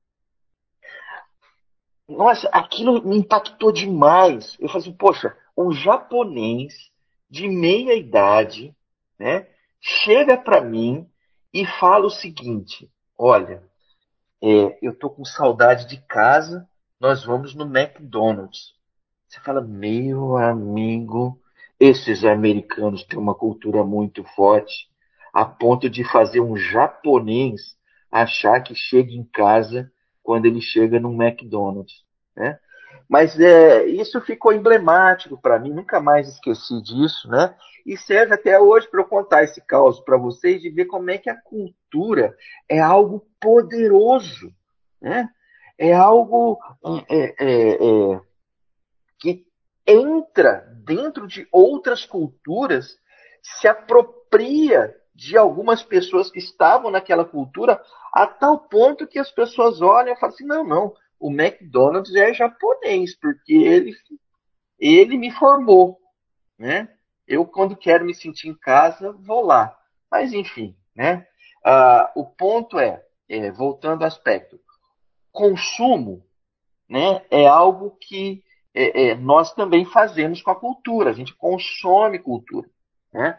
[SPEAKER 2] Nossa, aquilo me impactou demais. Eu falei assim, poxa, um japonês de meia idade, né, chega para mim e fala o seguinte: olha, é, eu tô com saudade de casa, nós vamos no McDonald's. Você fala, meu amigo, esses americanos têm uma cultura muito forte, a ponto de fazer um japonês achar que chega em casa quando ele chega num McDonald's, né? Mas é, isso ficou emblemático para mim, nunca mais esqueci disso, né? E serve até hoje para eu contar esse caos para vocês e ver como é que a cultura é algo poderoso, né? É algo é, é, é, que entra dentro de outras culturas, se apropria de algumas pessoas que estavam naquela cultura, a tal ponto que as pessoas olham e falam assim, não, não, o McDonald's é japonês, porque ele, ele me formou, né? Eu, quando quero me sentir em casa, vou lá. Mas, enfim, né? Ah, o ponto é, é, voltando ao aspecto, consumo, né, é algo que é, é, nós também fazemos com a cultura. A gente consome cultura, né?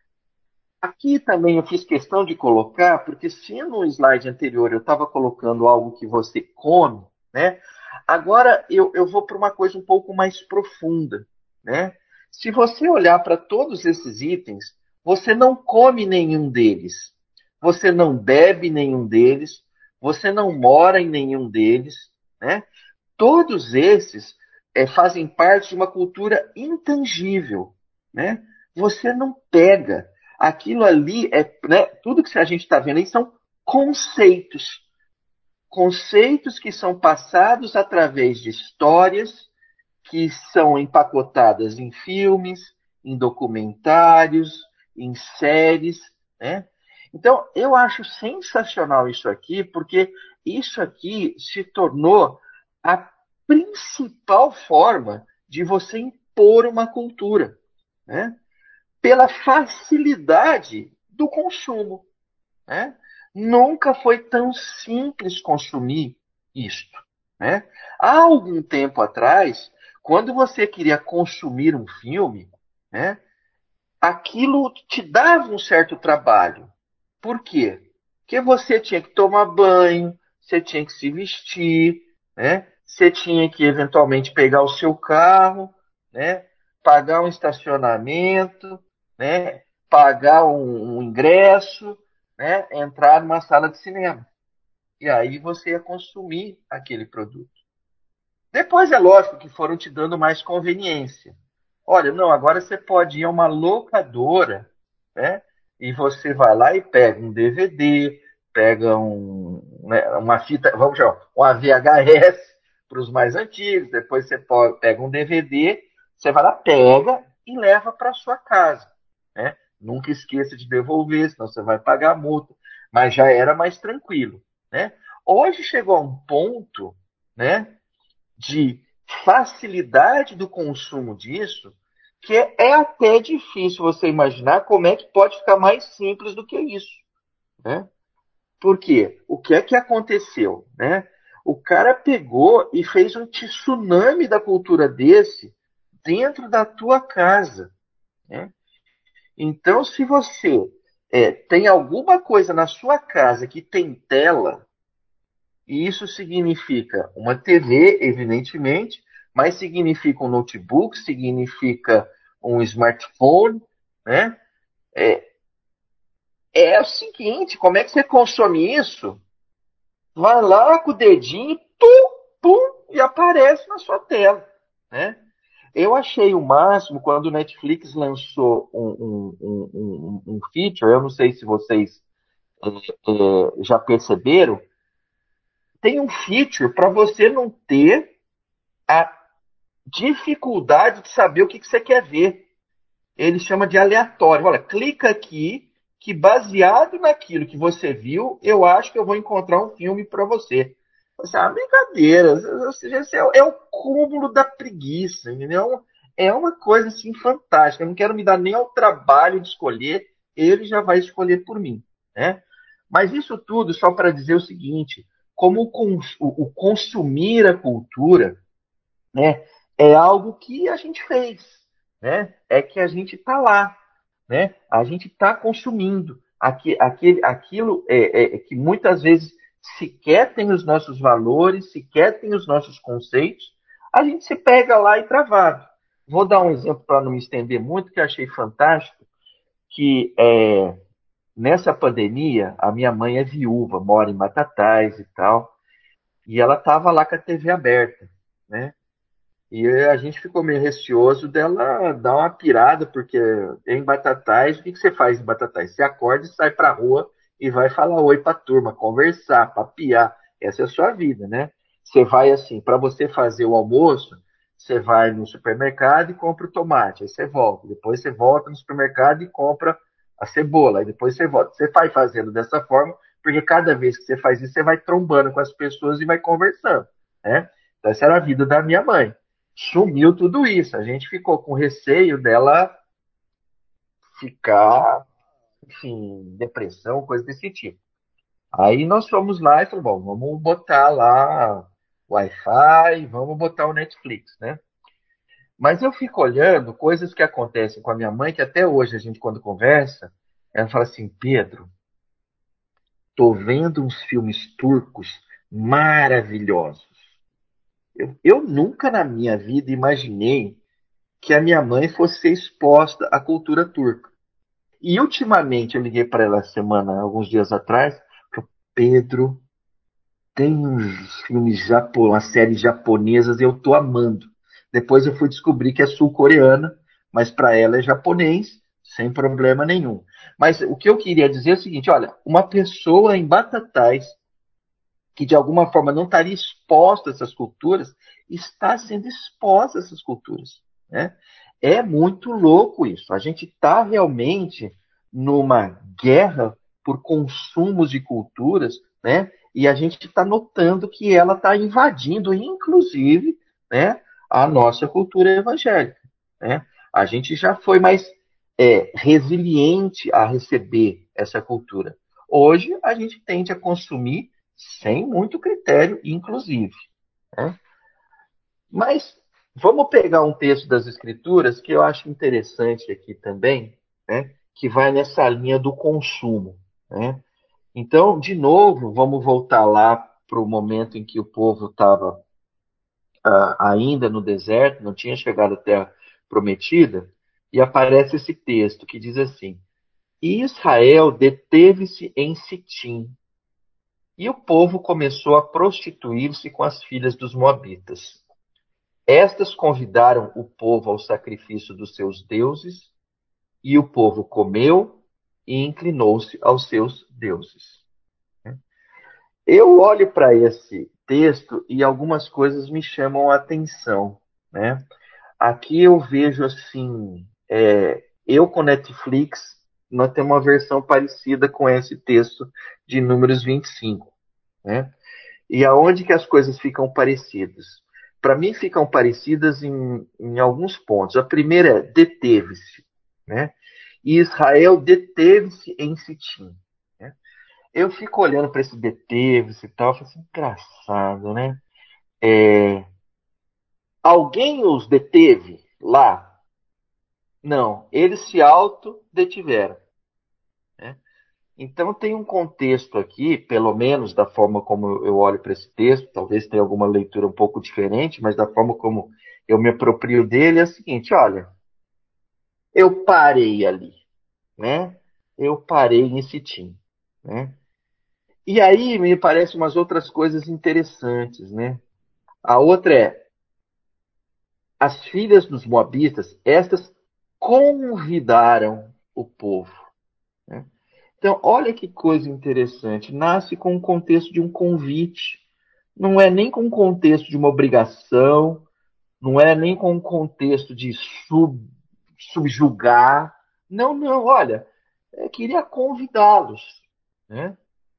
[SPEAKER 2] Aqui também eu fiz questão de colocar, porque se no slide anterior eu estava colocando algo que você come, né? Agora eu, eu vou para uma coisa um pouco mais profunda, né? Se você olhar para todos esses itens, você não come nenhum deles, você não bebe nenhum deles, você não mora em nenhum deles, né? Todos esses é, fazem parte de uma cultura intangível, né? Você não pega. Aquilo ali, é, né, tudo que a gente está vendo aí são conceitos. Conceitos que são passados através de histórias que são empacotadas em filmes, em documentários, em séries, né? Então, eu acho sensacional isso aqui, porque isso aqui se tornou a principal forma de você impor uma cultura, né? Pela facilidade do consumo, né? Nunca foi tão simples consumir isto, né? Há algum tempo atrás, quando você queria consumir um filme, né, aquilo te dava um certo trabalho. Por quê? Porque você tinha que tomar banho, você tinha que se vestir, né? Você tinha que eventualmente pegar o seu carro, né? Pagar um estacionamento, né? Pagar um, um ingresso, né? Entrar numa sala de cinema. E aí você ia consumir aquele produto. Depois é lógico que foram te dando mais conveniência. Olha, não, agora você pode ir a uma locadora, né? E você vai lá e pega um D V D, pega um, né, uma fita, vamos chamar, uma V H S para os mais antigos, depois você pode, pega um D V D, você vai lá, pega e leva para sua casa, né? Nunca esqueça de devolver, senão você vai pagar a multa. Mas já era mais tranquilo, né? Hoje chegou a um ponto, né, de facilidade do consumo disso, que é, é até difícil você imaginar como é que pode ficar mais simples do que isso, né? Por quê? O que é que aconteceu, né? O cara pegou e fez um tsunami da cultura desse dentro da tua casa, né? Então, se você é, tem alguma coisa na sua casa que tem tela, e isso significa uma T V, evidentemente, mas significa um notebook, significa um smartphone, né? É, é o seguinte, como é que você consome isso? Vai lá com o dedinho, pum, pum, e aparece na sua tela, né? Eu achei o máximo quando o Netflix lançou um, um, um, um feature, eu não sei se vocês é, é, já perceberam, tem um feature para você não ter a dificuldade de saber o que, que você quer ver. Ele chama de aleatório. Olha, clica aqui, que baseado naquilo que você viu, eu acho que eu vou encontrar um filme para você. Você é uma brincadeira. Ou seja, esse é, é o cúmulo da preguiça, entendeu? É uma coisa assim fantástica. Eu não quero me dar nem ao trabalho de escolher, ele já vai escolher por mim, né? Mas isso tudo só para dizer o seguinte: como o, cons o, o consumir a cultura, né, é algo que a gente fez, né? É que a gente está lá, né? A gente está consumindo aqui, aquele, aquilo é, é, que muitas vezes sequer tem os nossos valores, sequer tem os nossos conceitos, a gente se pega lá e travado. Vou dar um exemplo para não me estender muito, que eu achei fantástico, que é, nessa pandemia, a minha mãe é viúva, mora em Batatais e tal, e ela estava lá com a T V aberta, né? E a gente ficou meio receoso dela dar uma pirada, porque em Batatais, o que, que você faz em Batatais? Você acorda e sai pra rua e vai falar oi pra turma, conversar, papiar. Essa é a sua vida, né? Você vai assim, para você fazer o almoço, você vai no supermercado e compra o tomate, aí você volta. Depois você volta no supermercado e compra a cebola, aí depois você volta. Você vai fazendo dessa forma, porque cada vez que você faz isso, você vai trombando com as pessoas e vai conversando. né? Então, essa era a vida da minha mãe. Sumiu tudo isso. A gente ficou com receio dela ficar, enfim, depressão, coisa desse tipo. Aí nós fomos lá e falamos, bom, vamos botar lá o Wi-Fi, vamos botar o Netflix, né? Mas eu fico olhando coisas que acontecem com a minha mãe, que até hoje a gente, quando conversa, ela fala assim, Pedro, tô vendo uns filmes turcos maravilhosos. Eu, eu nunca na minha vida imaginei que a minha mãe fosse ser exposta à cultura turca. E ultimamente eu liguei para ela semana, alguns dias atrás, falei, Pedro, tem uns filmes japoneses, umas séries japonesas, eu tô amando. Depois eu fui descobrir que é sul-coreana, mas para ela é japonês, sem problema nenhum. Mas o que eu queria dizer é o seguinte, olha, uma pessoa em Batatais, que de alguma forma não estaria exposta a essas culturas, está sendo exposta a essas culturas, né? É muito louco isso. A gente está realmente numa guerra por consumos de culturas, né? E a gente está notando que ela está invadindo, inclusive, né, a nossa cultura evangélica, né? A gente já foi mais é, resiliente a receber essa cultura. Hoje a gente tende a consumir sem muito critério, inclusive, né? Mas vamos pegar um texto das Escrituras que eu acho interessante aqui também, né? Que vai nessa linha do consumo, né? Então, de novo, vamos voltar lá para o momento em que o povo estava uh, ainda no deserto, não tinha chegado à terra prometida, e aparece esse texto que diz assim: E Israel deteve-se em Sitim, e o povo começou a prostituir-se com as filhas dos moabitas. Estas convidaram o povo ao sacrifício dos seus deuses, e o povo comeu e inclinou-se aos seus deuses. Eu olho para esse texto e algumas coisas me chamam a atenção, né? Aqui eu vejo assim, é, eu com Netflix, nós temos uma versão parecida com esse texto de Números vinte e cinco, né? E aonde que as coisas ficam parecidas? Para mim, ficam parecidas em, em alguns pontos. A primeira é deteve-se, né? E Israel deteve-se em Sitim, né? Eu fico olhando para esse deteve-se e tal, eu falo assim, engraçado, né? É, alguém os deteve lá? Não, eles se autodetiveram, né? Então tem um contexto aqui, pelo menos da forma como eu olho para esse texto, talvez tenha alguma leitura um pouco diferente, mas da forma como eu me aproprio dele é o seguinte, olha, eu parei ali, né? Eu parei nesse time, né? E aí me parecem umas outras coisas interessantes, né? A outra é, as filhas dos moabitas, estas convidaram o povo, né? Então, olha que coisa interessante. Nasce com o contexto de um convite. Não é nem com o contexto de uma obrigação, não é nem com o contexto de sub, subjugar. Não, não, olha, eu queria convidá-los, né?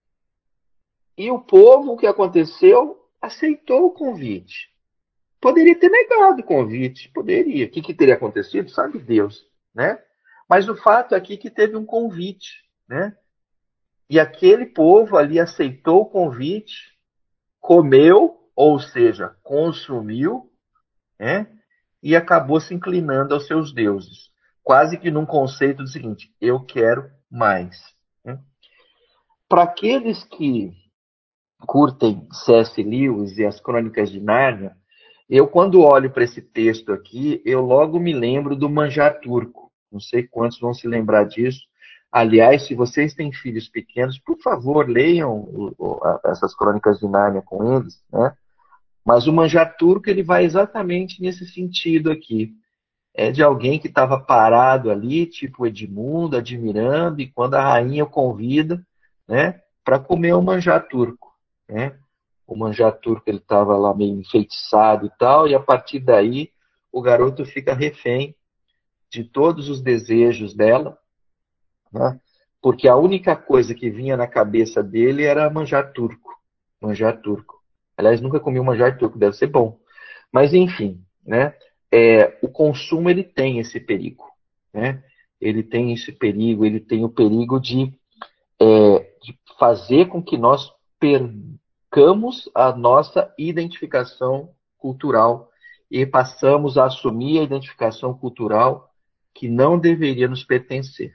[SPEAKER 2] E o povo, o que aconteceu? Aceitou o convite. Poderia ter negado o convite, poderia. O que, que teria acontecido? Sabe Deus, né? Mas o fato aqui é que teve um convite, né? E aquele povo ali aceitou o convite, comeu, ou seja, consumiu, né? E acabou se inclinando aos seus deuses. Quase que num conceito do seguinte: eu quero mais, né? Para aqueles que curtem C S. Lewis e as Crônicas de Nárnia, eu, quando olho para esse texto aqui, eu logo me lembro do Manjar Turco. Não sei quantos vão se lembrar disso. Aliás, se vocês têm filhos pequenos, por favor, leiam o, o, a, essas Crônicas de Nárnia com eles, né? Mas o Manjar Turco, ele vai exatamente nesse sentido aqui. É de alguém que estava parado ali, tipo Edmundo, admirando, e quando a rainha o convida, né, para comer o Manjar Turco, né? O Manjar Turco, ele estava lá meio enfeitiçado e tal, e a partir daí o garoto fica refém de todos os desejos dela, né? Porque a única coisa que vinha na cabeça dele era manjar turco, manjar turco. Aliás, nunca comi um manjar turco, deve ser bom. Mas, enfim, né? É, o consumo ele tem esse perigo. Né? Ele tem esse perigo, ele tem o perigo de, é, de fazer com que nós percamos a nossa identificação cultural e passamos a assumir a identificação cultural que não deveria nos pertencer.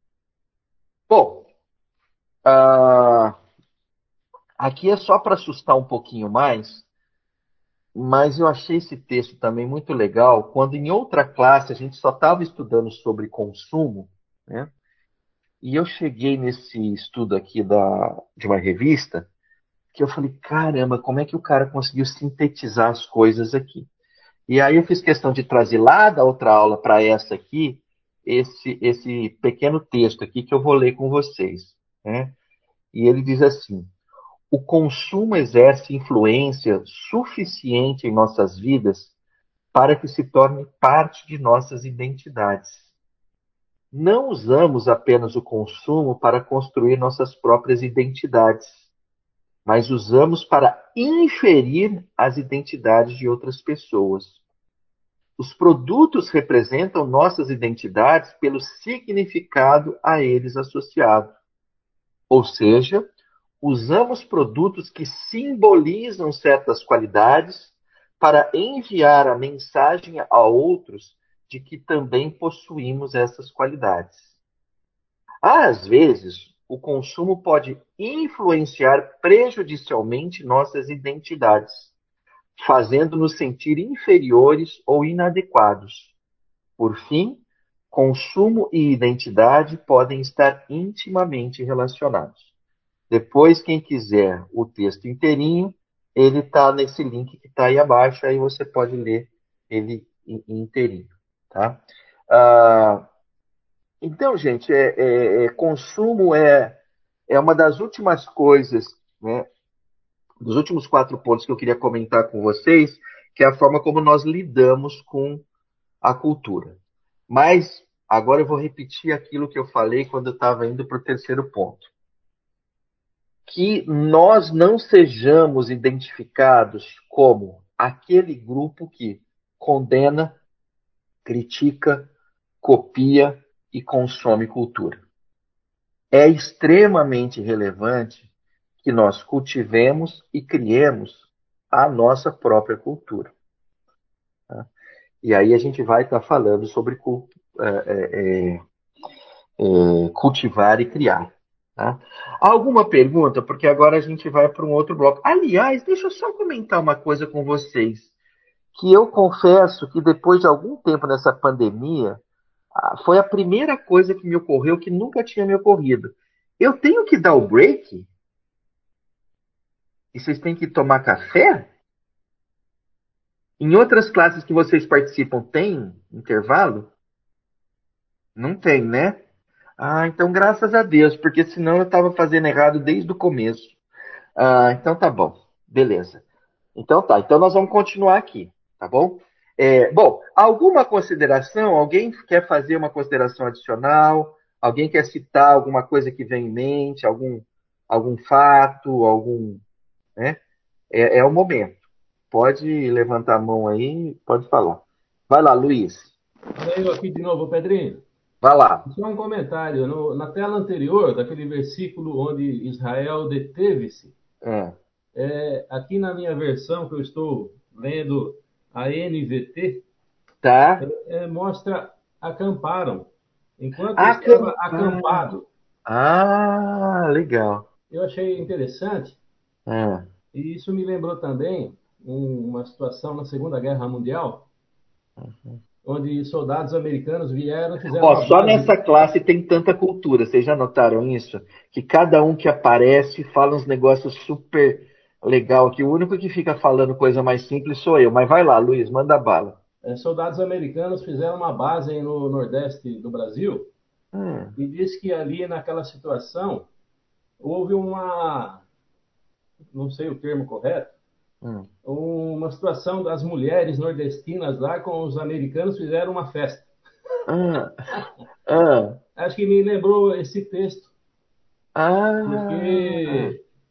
[SPEAKER 2] Bom, ah, aqui é só para assustar um pouquinho mais, mas eu achei esse texto também muito legal, quando em outra classe a gente só estava estudando sobre consumo, né? E eu cheguei nesse estudo aqui da, de uma revista, que eu falei, caramba, como é que o cara conseguiu sintetizar as coisas aqui? E aí eu fiz questão de trazer lá da outra aula para essa aqui, esse, esse pequeno texto aqui que eu vou ler com vocês. Né? E ele diz assim: o consumo exerce influência suficiente em nossas vidas para que se torne parte de nossas identidades. Não usamos apenas o consumo para construir nossas próprias identidades, mas usamos para inferir as identidades de outras pessoas. Os produtos representam nossas identidades pelo significado a eles associado. Ou seja, usamos produtos que simbolizam certas qualidades para enviar a mensagem a outros de que também possuímos essas qualidades. Às vezes, o consumo pode influenciar prejudicialmente nossas identidades, fazendo-nos sentir inferiores ou inadequados. Por fim, consumo e identidade podem estar intimamente relacionados. Depois, quem quiser o texto inteirinho, ele está nesse link que está aí abaixo, aí você pode ler ele inteirinho. Tá? Ah, então, gente, é, é, é, consumo é, é uma das últimas coisas, né, dos últimos quatro pontos que eu queria comentar com vocês, que é a forma como nós lidamos com a cultura. Mas agora eu vou repetir aquilo que eu falei quando eu estava indo para o terceiro ponto. Que nós não sejamos identificados como aquele grupo que condena, critica, copia e consome cultura. É extremamente relevante que nós cultivemos e criemos a nossa própria cultura. Tá? E aí a gente vai estar falando sobre é, é, é, cultivar e criar. Tá? Alguma pergunta? Porque agora a gente vai para um outro bloco. Aliás, deixa eu só comentar uma coisa com vocês. Que eu confesso que depois de algum tempo nessa pandemia, foi a primeira coisa que me ocorreu que nunca tinha me ocorrido. Eu tenho que dar o break? E vocês têm que tomar café? Em outras classes que vocês participam, tem intervalo? Não tem, né? Ah, então graças a Deus, porque senão eu estava fazendo errado desde o começo. Ah, então tá bom. Beleza. Então tá. Então nós vamos continuar aqui, tá bom? É, bom, alguma consideração? Alguém quer fazer uma consideração adicional? Alguém quer citar alguma coisa que vem em mente? Algum, algum fato? Algum, né? É, é o momento. Pode levantar a mão aí, pode falar. Vai lá, Luiz.
[SPEAKER 6] Olha eu aqui de novo, Pedrinho.
[SPEAKER 2] Vai lá.
[SPEAKER 6] Só um comentário. No, na tela anterior, daquele versículo onde Israel deteve-se,
[SPEAKER 2] É.
[SPEAKER 6] é, aqui na minha versão, que eu estou lendo a N V T,
[SPEAKER 2] Tá.
[SPEAKER 6] é, mostra acamparam. Enquanto estava
[SPEAKER 2] Acampar.
[SPEAKER 6] acampado.
[SPEAKER 2] Ah, legal.
[SPEAKER 6] Eu achei interessante,
[SPEAKER 2] É.
[SPEAKER 6] e isso me lembrou também um, uma situação na Segunda Guerra Mundial, onde soldados americanos vieram e fizeram
[SPEAKER 2] Ó,
[SPEAKER 6] uma
[SPEAKER 2] só
[SPEAKER 6] base.
[SPEAKER 2] nessa classe tem tanta cultura, vocês já notaram isso? Que cada um que aparece fala uns negócios super legal aqui. O único que fica falando coisa mais simples sou eu. Mas vai lá, Luiz, manda bala.
[SPEAKER 6] É, soldados americanos fizeram uma base no Nordeste do Brasil,
[SPEAKER 2] Hum.
[SPEAKER 6] e diz que ali naquela situação houve uma, não sei o termo correto,
[SPEAKER 2] Hum.
[SPEAKER 6] uma situação das mulheres nordestinas lá com os americanos fizeram uma festa.
[SPEAKER 2] Ah. Ah.
[SPEAKER 6] Acho que me lembrou esse texto,
[SPEAKER 2] Ah.
[SPEAKER 6] porque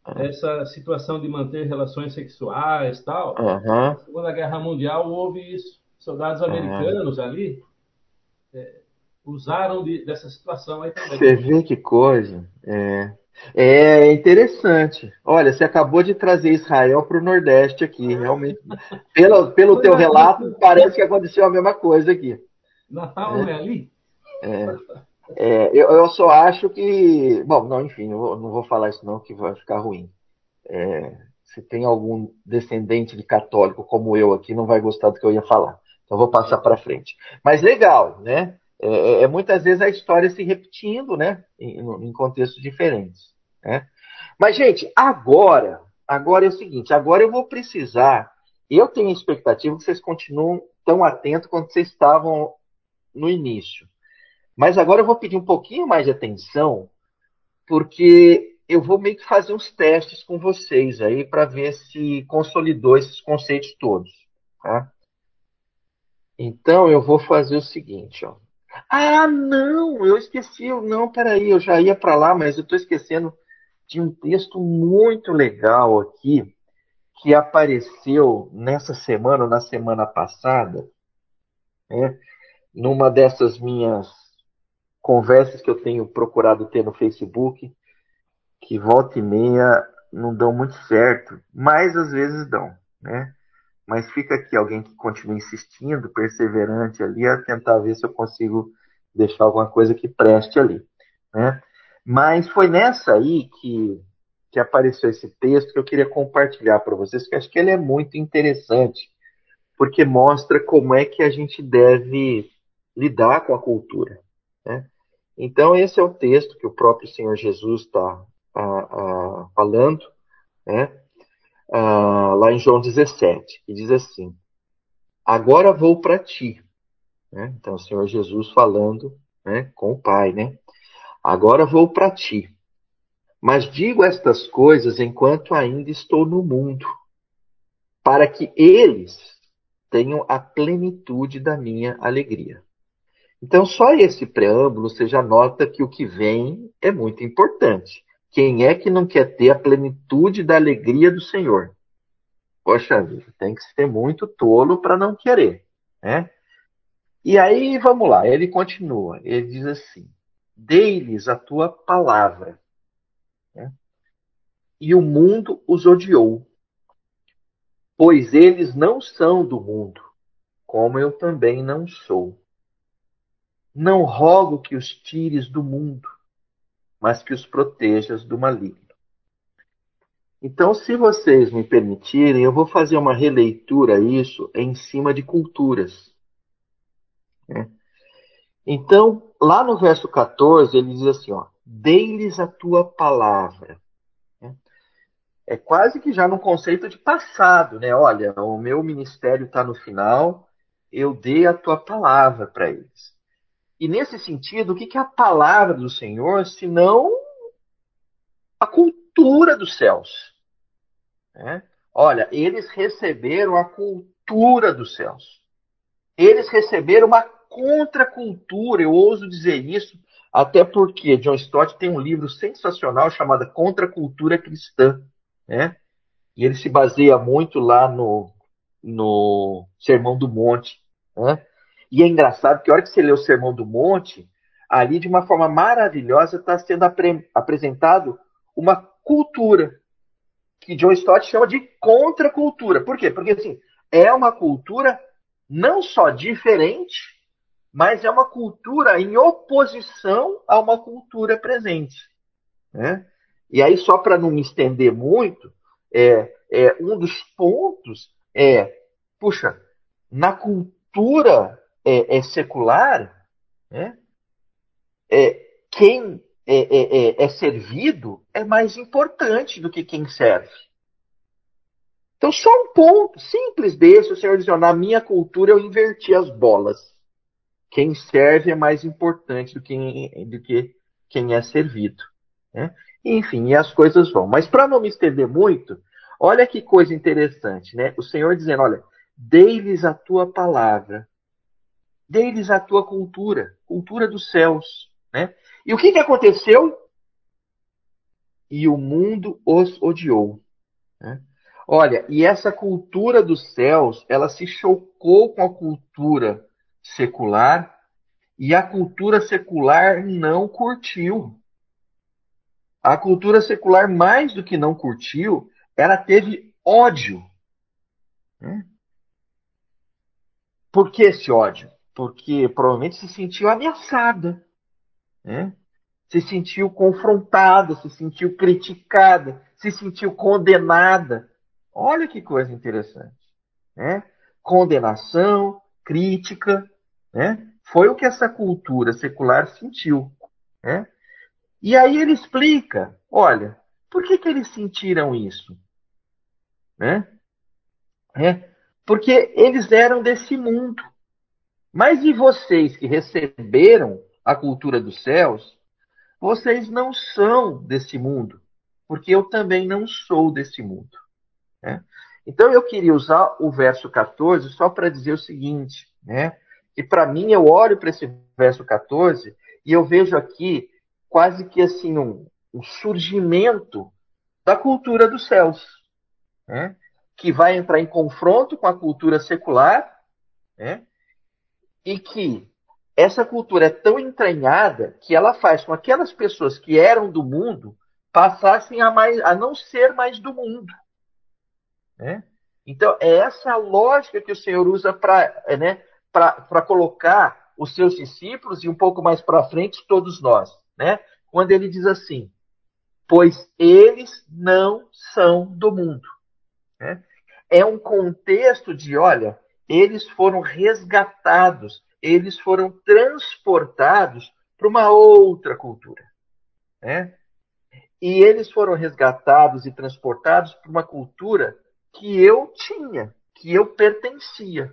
[SPEAKER 6] essa situação de manter relações sexuais e tal.
[SPEAKER 2] Uhum.
[SPEAKER 6] Na Segunda Guerra Mundial houve isso. Soldados americanos ali é, usaram de, dessa situação aí também.
[SPEAKER 2] Você vê que coisa. É. É interessante. Olha, você acabou de trazer Israel para o Nordeste aqui. Realmente, pelo, pelo teu relato, parece que aconteceu a mesma coisa aqui.
[SPEAKER 6] Natal não é ali?
[SPEAKER 2] É, eu, eu só acho que. Bom, não, enfim, eu vou- não vou falar isso não, que vai ficar ruim. É, se tem algum descendente de católico como eu aqui, não vai gostar do que eu ia falar. Então eu vou passar para frente. Mas legal, né? É, é- é muitas vezes a história se repetindo, né? Em, em contextos diferentes. Né? Mas, gente, agora, agora é o seguinte, agora eu vou precisar. Eu tenho a expectativa que vocês continuem tão atentos quanto vocês estavam no início. Mas agora eu vou pedir um pouquinho mais de atenção, porque eu vou meio que fazer uns testes com vocês aí para ver se consolidou esses conceitos todos. Tá? Então eu vou fazer o seguinte, ó. Ah, não, eu esqueci. Não, peraí, eu já ia para lá, mas eu estou esquecendo de um texto muito legal aqui que apareceu nessa semana, ou na semana passada, né, numa dessas minhas conversas que eu tenho procurado ter no Facebook, que volta e meia não dão muito certo, mas às vezes dão, né? Mas fica aqui alguém que continua insistindo, perseverante ali, a tentar ver se eu consigo deixar alguma coisa que preste ali, né? Mas foi nessa aí que, que apareceu esse texto que eu queria compartilhar para vocês, que acho que ele é muito interessante, porque mostra como é que a gente deve lidar com a cultura, né? Então, esse é o texto que o próprio Senhor Jesus está falando, né? Ah, lá em João dezessete, que diz assim: agora vou para ti. Né? Então, o Senhor Jesus falando, né, com o Pai, né? Agora vou para ti. Mas digo estas coisas enquanto ainda estou no mundo, para que eles tenham a plenitude da minha alegria. Então, só esse preâmbulo você já nota que o que vem é muito importante. Quem é que não quer ter a plenitude da alegria do Senhor? Poxa vida, tem que ser muito tolo para não querer, né? E aí, vamos lá, ele continua, ele diz assim: dei-lhes a tua palavra, né? E o mundo os odiou, pois eles não são do mundo, como eu também não sou. Não rogo que os tires do mundo, mas que os protejas do maligno. Então, se vocês me permitirem, eu vou fazer uma releitura isso em cima de culturas, né? Então, lá no verso quatorze, ele diz assim, ó, dei-lhes a tua palavra. É quase que já no conceito de passado, né? Olha, o meu ministério está no final, eu dei a tua palavra para eles. E nesse sentido, o que é a palavra do Senhor, senão a cultura dos céus? Né? Olha, eles receberam a cultura dos céus. Eles receberam uma contracultura, eu ouso dizer isso, até porque John Stott tem um livro sensacional chamado Contracultura Cristã, né? E ele se baseia muito lá no, no Sermão do Monte, né? E é engraçado que a hora que você lê o Sermão do Monte, ali de uma forma maravilhosa está sendo apre- apresentado uma cultura, que John Stott chama de contracultura. Por quê? Porque assim, é uma cultura não só diferente, mas é uma cultura em oposição a uma cultura presente, né? E aí, só para não me estender muito, é, é, um dos pontos é, puxa, na cultura é, é secular, né, é, quem é, é, é, é servido é mais importante do que quem serve. Então, só um ponto simples desse, o Senhor diz, na minha cultura eu inverti as bolas. Quem serve é mais importante do que, do que quem é servido, né? Enfim, e as coisas vão. Mas para não me estender muito, olha que coisa interessante, né? O Senhor dizendo, olha, dei-lhes a tua palavra, dei-lhes a tua cultura, cultura dos céus, né? E o que, que aconteceu? e o mundo os odiou. Né? Olha, e essa cultura dos céus, ela se chocou com a cultura secular, e a cultura secular não curtiu. A cultura secular, mais do que não curtiu, ela teve ódio. Né? Por que esse ódio? Porque provavelmente se sentiu ameaçada. Né? Se sentiu confrontada, se sentiu criticada, se sentiu condenada. Olha que coisa interessante. Né? Condenação, crítica, né? Foi o que essa cultura secular sentiu. Né? E aí ele explica, olha, por que, que eles sentiram isso? Né? É, porque eles eram desse mundo. Mas e vocês que receberam a cultura dos céus, vocês não são desse mundo, porque eu também não sou desse mundo. Né? Então eu queria usar o verso quatorze só para dizer o seguinte, né? Que para mim eu olho para esse verso quatorze e eu vejo aqui quase que assim um, um surgimento da cultura dos céus, né? Que vai entrar em confronto com a cultura secular, né? E que essa cultura é tão entranhada que ela faz com que aquelas pessoas que eram do mundo passassem a, mais, a não ser mais do mundo. Né? Então, é essa a lógica que o Senhor usa para né, colocar os seus discípulos e um pouco mais para frente todos nós. Né? Quando ele diz assim, pois eles não são do mundo. Né? É um contexto de, olha, eles foram resgatados, eles foram transportados para uma outra cultura. Né? E eles foram resgatados e transportados para uma cultura que eu tinha, que eu pertencia,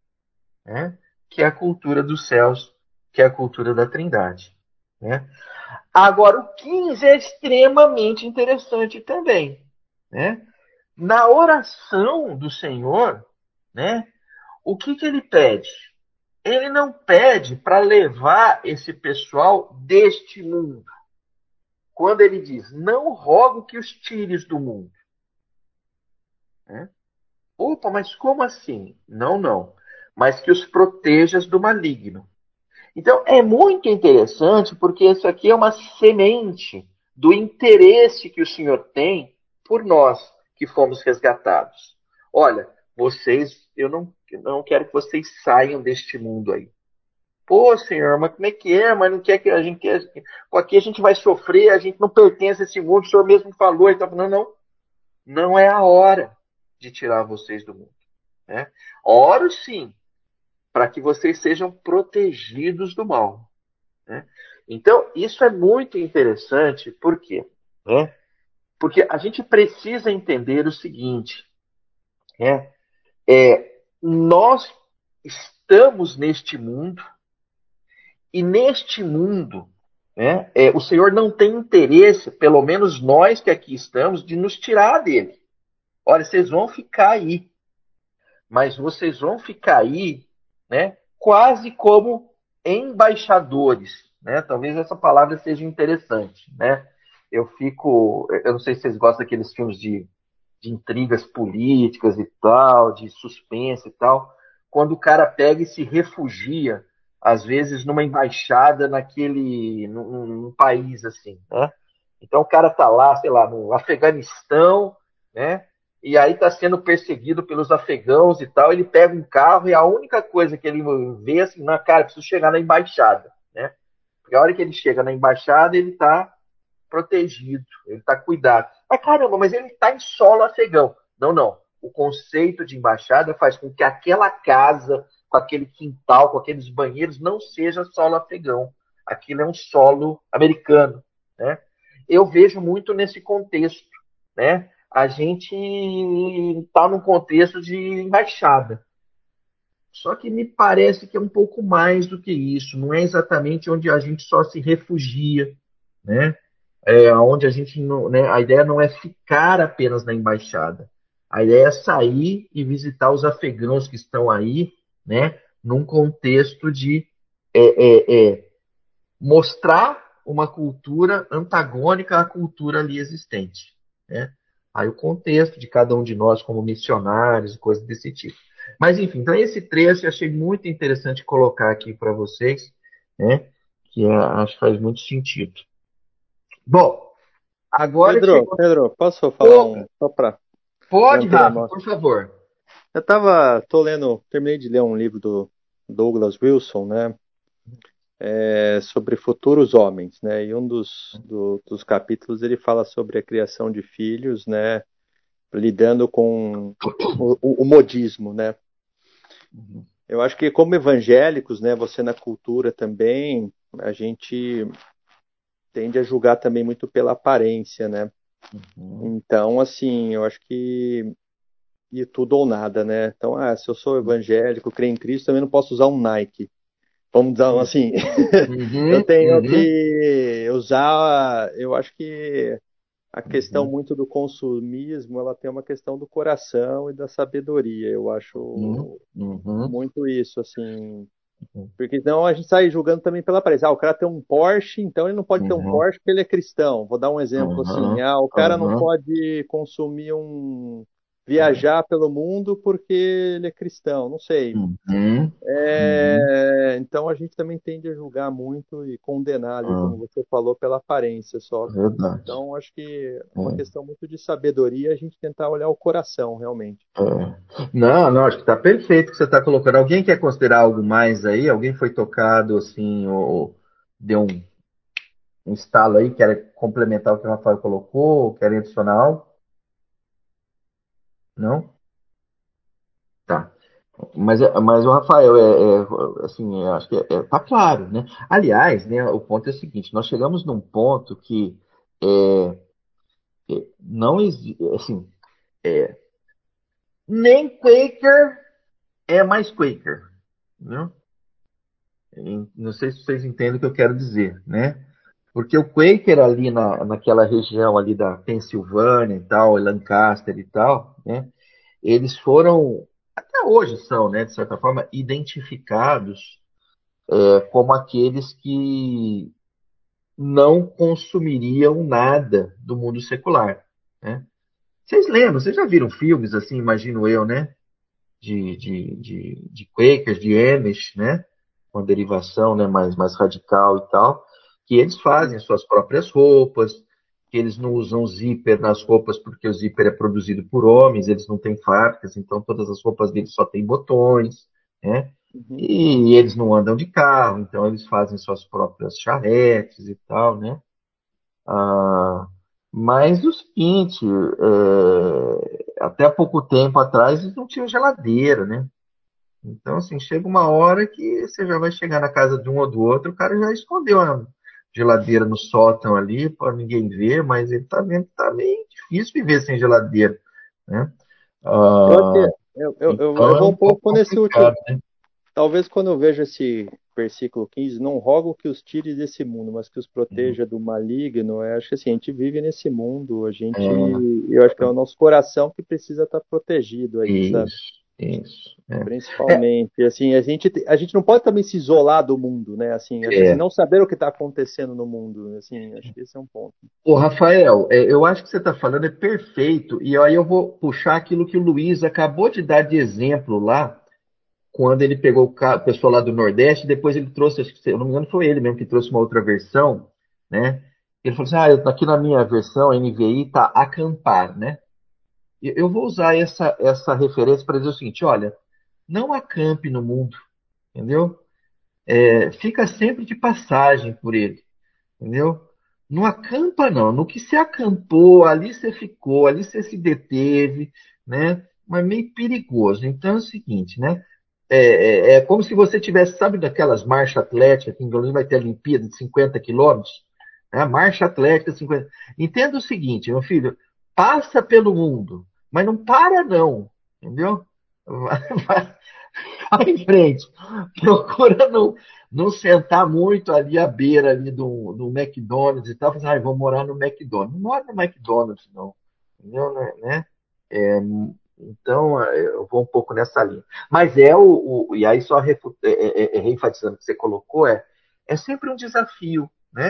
[SPEAKER 2] né? Que é a cultura dos céus, que é a cultura da Trindade. Né? Agora, o quinze é extremamente interessante também. Né? Na oração do Senhor, né, o que, que ele pede? Ele não pede para levar esse pessoal deste mundo. Quando ele diz, não rogo que os tires do mundo. Né? Opa, mas como assim? Não, não. Mas que os protejas do maligno. Então, é muito interessante porque isso aqui é uma semente do interesse que o Senhor tem por nós que fomos resgatados. Olha, vocês, eu não, não quero que vocês saiam deste mundo aí. Pô, Senhor, mas como é que é? Mas não quer que a gente quer. Aqui a gente vai sofrer, a gente não pertence a esse mundo, o Senhor mesmo falou. Então, não, não. Não é a hora de tirar vocês do mundo. Né? Oro sim, para que vocês sejam protegidos do mal. Né? Então, isso é muito interessante, por quê? Né? Porque a gente precisa entender o seguinte, né? é, nós estamos neste mundo, e neste mundo, né, é, o Senhor não tem interesse, pelo menos nós que aqui estamos, de nos tirar dele. Olha, vocês vão ficar aí, mas vocês vão ficar aí, né, quase como embaixadores, né? Talvez essa palavra seja interessante, né? Eu fico, eu não sei se vocês gostam daqueles filmes de, de intrigas políticas e tal, de suspense e tal, quando o cara pega e se refugia, às vezes numa embaixada naquele, num, num país assim, né? Então o cara tá lá, sei lá, no Afeganistão, né? E aí está sendo perseguido pelos afegãos e tal, ele pega um carro e a única coisa que ele vê assim, na cara, preciso chegar na embaixada, né? Porque a hora que ele chega na embaixada, ele está protegido, ele está cuidado. Mas caramba, mas ele está em solo afegão. Não, não. O conceito de embaixada faz com que aquela casa, com aquele quintal, com aqueles banheiros, não seja solo afegão. Aquilo é um solo americano, né? Eu vejo muito nesse contexto, né? A gente está num contexto de embaixada. Só que me parece que é um pouco mais do que isso. Não é exatamente onde a gente só se refugia, né? É, onde a gente não, né? A ideia não é ficar apenas na embaixada. A ideia é sair e visitar os afegãos que estão aí, né? Num contexto de é, é, é, mostrar uma cultura antagônica à cultura ali existente, né? Aí o contexto de cada um de nós como missionários e coisas desse tipo. Mas enfim, então esse trecho eu achei muito interessante colocar aqui para vocês, né? Que é, acho que faz muito sentido. Bom, agora
[SPEAKER 4] Pedro,
[SPEAKER 2] chegou.
[SPEAKER 4] Pedro, posso falar
[SPEAKER 2] Ô,
[SPEAKER 4] um, só para
[SPEAKER 2] pode,
[SPEAKER 4] manter a
[SPEAKER 2] Rafa,
[SPEAKER 4] nossa.
[SPEAKER 2] por favor.
[SPEAKER 4] Eu tava, tô lendo, terminei de ler um livro do Douglas Wilson, né, é, sobre futuros homens, né, e um dos, do- dos capítulos ele fala sobre a criação de filhos, né, lidando com o, o- o modismo, né. Eu acho que como evangélicos, né, você na cultura também, a gente tende a julgar também muito pela aparência, né.
[SPEAKER 2] Uhum,
[SPEAKER 4] Então, assim, eu acho que e tudo ou nada, né? Então, ah, se eu sou evangélico, creio em Cristo, também não posso usar um Nike. Vamos dizer assim, eu
[SPEAKER 2] uhum,
[SPEAKER 4] tenho
[SPEAKER 2] uhum,
[SPEAKER 4] que usar, eu acho que a questão
[SPEAKER 2] uhum,
[SPEAKER 4] muito do consumismo, ela tem uma questão do coração e da sabedoria. Eu
[SPEAKER 2] uhum,
[SPEAKER 4] acho
[SPEAKER 2] uhum,
[SPEAKER 4] muito isso, assim, porque senão a gente sai julgando também pela aparência. Ah, o cara tem um Porsche, então ele não pode ter um
[SPEAKER 2] uhum,
[SPEAKER 4] Porsche porque ele é cristão. Vou dar um exemplo assim.
[SPEAKER 2] uhum,
[SPEAKER 4] Ah, o cara não
[SPEAKER 2] uhum,
[SPEAKER 4] pode consumir um viajar pelo mundo porque ele é cristão. Não sei.
[SPEAKER 2] uhum, uhum,
[SPEAKER 4] É, então a gente também tende a julgar muito e condenar ali, como
[SPEAKER 2] uhum.
[SPEAKER 4] você falou, pela aparência só.
[SPEAKER 2] Verdade.
[SPEAKER 4] Então acho que é uma
[SPEAKER 2] É,
[SPEAKER 4] questão muito de sabedoria a gente tentar olhar o coração realmente.
[SPEAKER 2] é. Não, não, acho que está perfeito o que você está colocando. Alguém quer considerar algo mais aí? Alguém foi tocado assim, ou deu um, um estalo aí, quer complementar o que o Rafael colocou, ou quer adicionar algo? Não? Tá. Mas, é- mas o Rafael, é, é, assim, eu acho que é, é- tá claro, né? Aliás, né, o ponto é o seguinte: nós chegamos num ponto que é, é, não existe, assim, nem Quaker é mais Quaker, né? Em- Não sei se vocês entendem o que eu quero dizer, né? Porque o Quaker ali na, naquela região ali da Pensilvânia e tal, Lancaster e tal, né? Eles foram, até hoje são, né, de certa forma, identificados é, como aqueles que não consumiriam nada do mundo secular, né? Vocês lembram, vocês já viram filmes assim, imagino eu, né? De, de, de, de Quakers, de Amish, né? Uma derivação, né, mais, mais radical e tal, que eles fazem suas próprias roupas, que eles não usam zíper nas roupas porque o zíper é produzido por homens, eles não têm fábricas, então todas as roupas deles só têm botões, né?
[SPEAKER 4] Uhum.
[SPEAKER 2] E eles não andam de carro, então eles fazem suas próprias charretes e tal, né? Ah, mas o seguinte, é, até há pouco tempo atrás eles não tinham geladeira, né? Então, assim, chega uma hora que você já vai chegar na casa de um ou do outro, o cara já escondeu a geladeira no sótão ali para ninguém ver, mas ele tá vendo que tá meio difícil viver sem geladeira, né?
[SPEAKER 4] Eu acho que
[SPEAKER 2] Ah,
[SPEAKER 4] eu, eu, eu
[SPEAKER 2] então
[SPEAKER 4] eu
[SPEAKER 2] é
[SPEAKER 4] vou
[SPEAKER 2] um
[SPEAKER 4] um
[SPEAKER 2] pouco
[SPEAKER 4] pouco nesse último.
[SPEAKER 2] complicado, né?
[SPEAKER 4] Talvez quando eu vejo esse versículo quinze, não rogo que os tire desse mundo, mas que os proteja do maligno. Eu acho que assim, a gente vive nesse mundo, a gente, eu acho que é o nosso coração que precisa estar protegido
[SPEAKER 2] É,
[SPEAKER 4] aí, sabe?
[SPEAKER 2] isso, isso.
[SPEAKER 4] Principalmente, assim, a gente, a gente não pode também se isolar do mundo, né? Assim, acho que
[SPEAKER 2] É,
[SPEAKER 4] assim,
[SPEAKER 2] é.
[SPEAKER 4] não saber o que está acontecendo no mundo, assim, acho que esse é um ponto.
[SPEAKER 2] Ô, Rafael, é, eu acho que você está falando é perfeito, e aí eu vou puxar aquilo que o Luiz acabou de dar de exemplo lá, quando ele pegou o ca- o pessoal lá do Nordeste, depois ele trouxe, acho que, se eu não me engano, foi ele mesmo que trouxe uma outra versão, né? Ele falou assim: ah, eu- aqui na minha versão, N V I, tá acampar, né? E eu vou usar essa, essa referência para dizer o seguinte: olha, não acampe no mundo, entendeu? É, fica sempre de passagem por ele. Entendeu? Não acampa, não. No que você acampou, ali você ficou, ali você se deteve, né? Mas meio perigoso. Então é o seguinte, né? É, é, é como se você tivesse, sabe, daquelas marchas atléticas, que em Belo Horizonte vai ter a Olimpíada de cinquenta quilômetros, né? Marcha atlética cinquenta. Entenda o seguinte, meu filho, passa pelo mundo, mas não para, não. Entendeu? Vai, vai, vai em frente. Procura não, não sentar muito ali à beira ali do, do McDonald's e tal. Falar, ah, vou morar no McDonald's. Não mora no McDonald's, não. Entendeu, né? né? É, então, é, eu vou um pouco nessa linha. Mas é o. o e aí, só refu- é, é, é, reenfatizando o que você colocou, é, é sempre um desafio, né?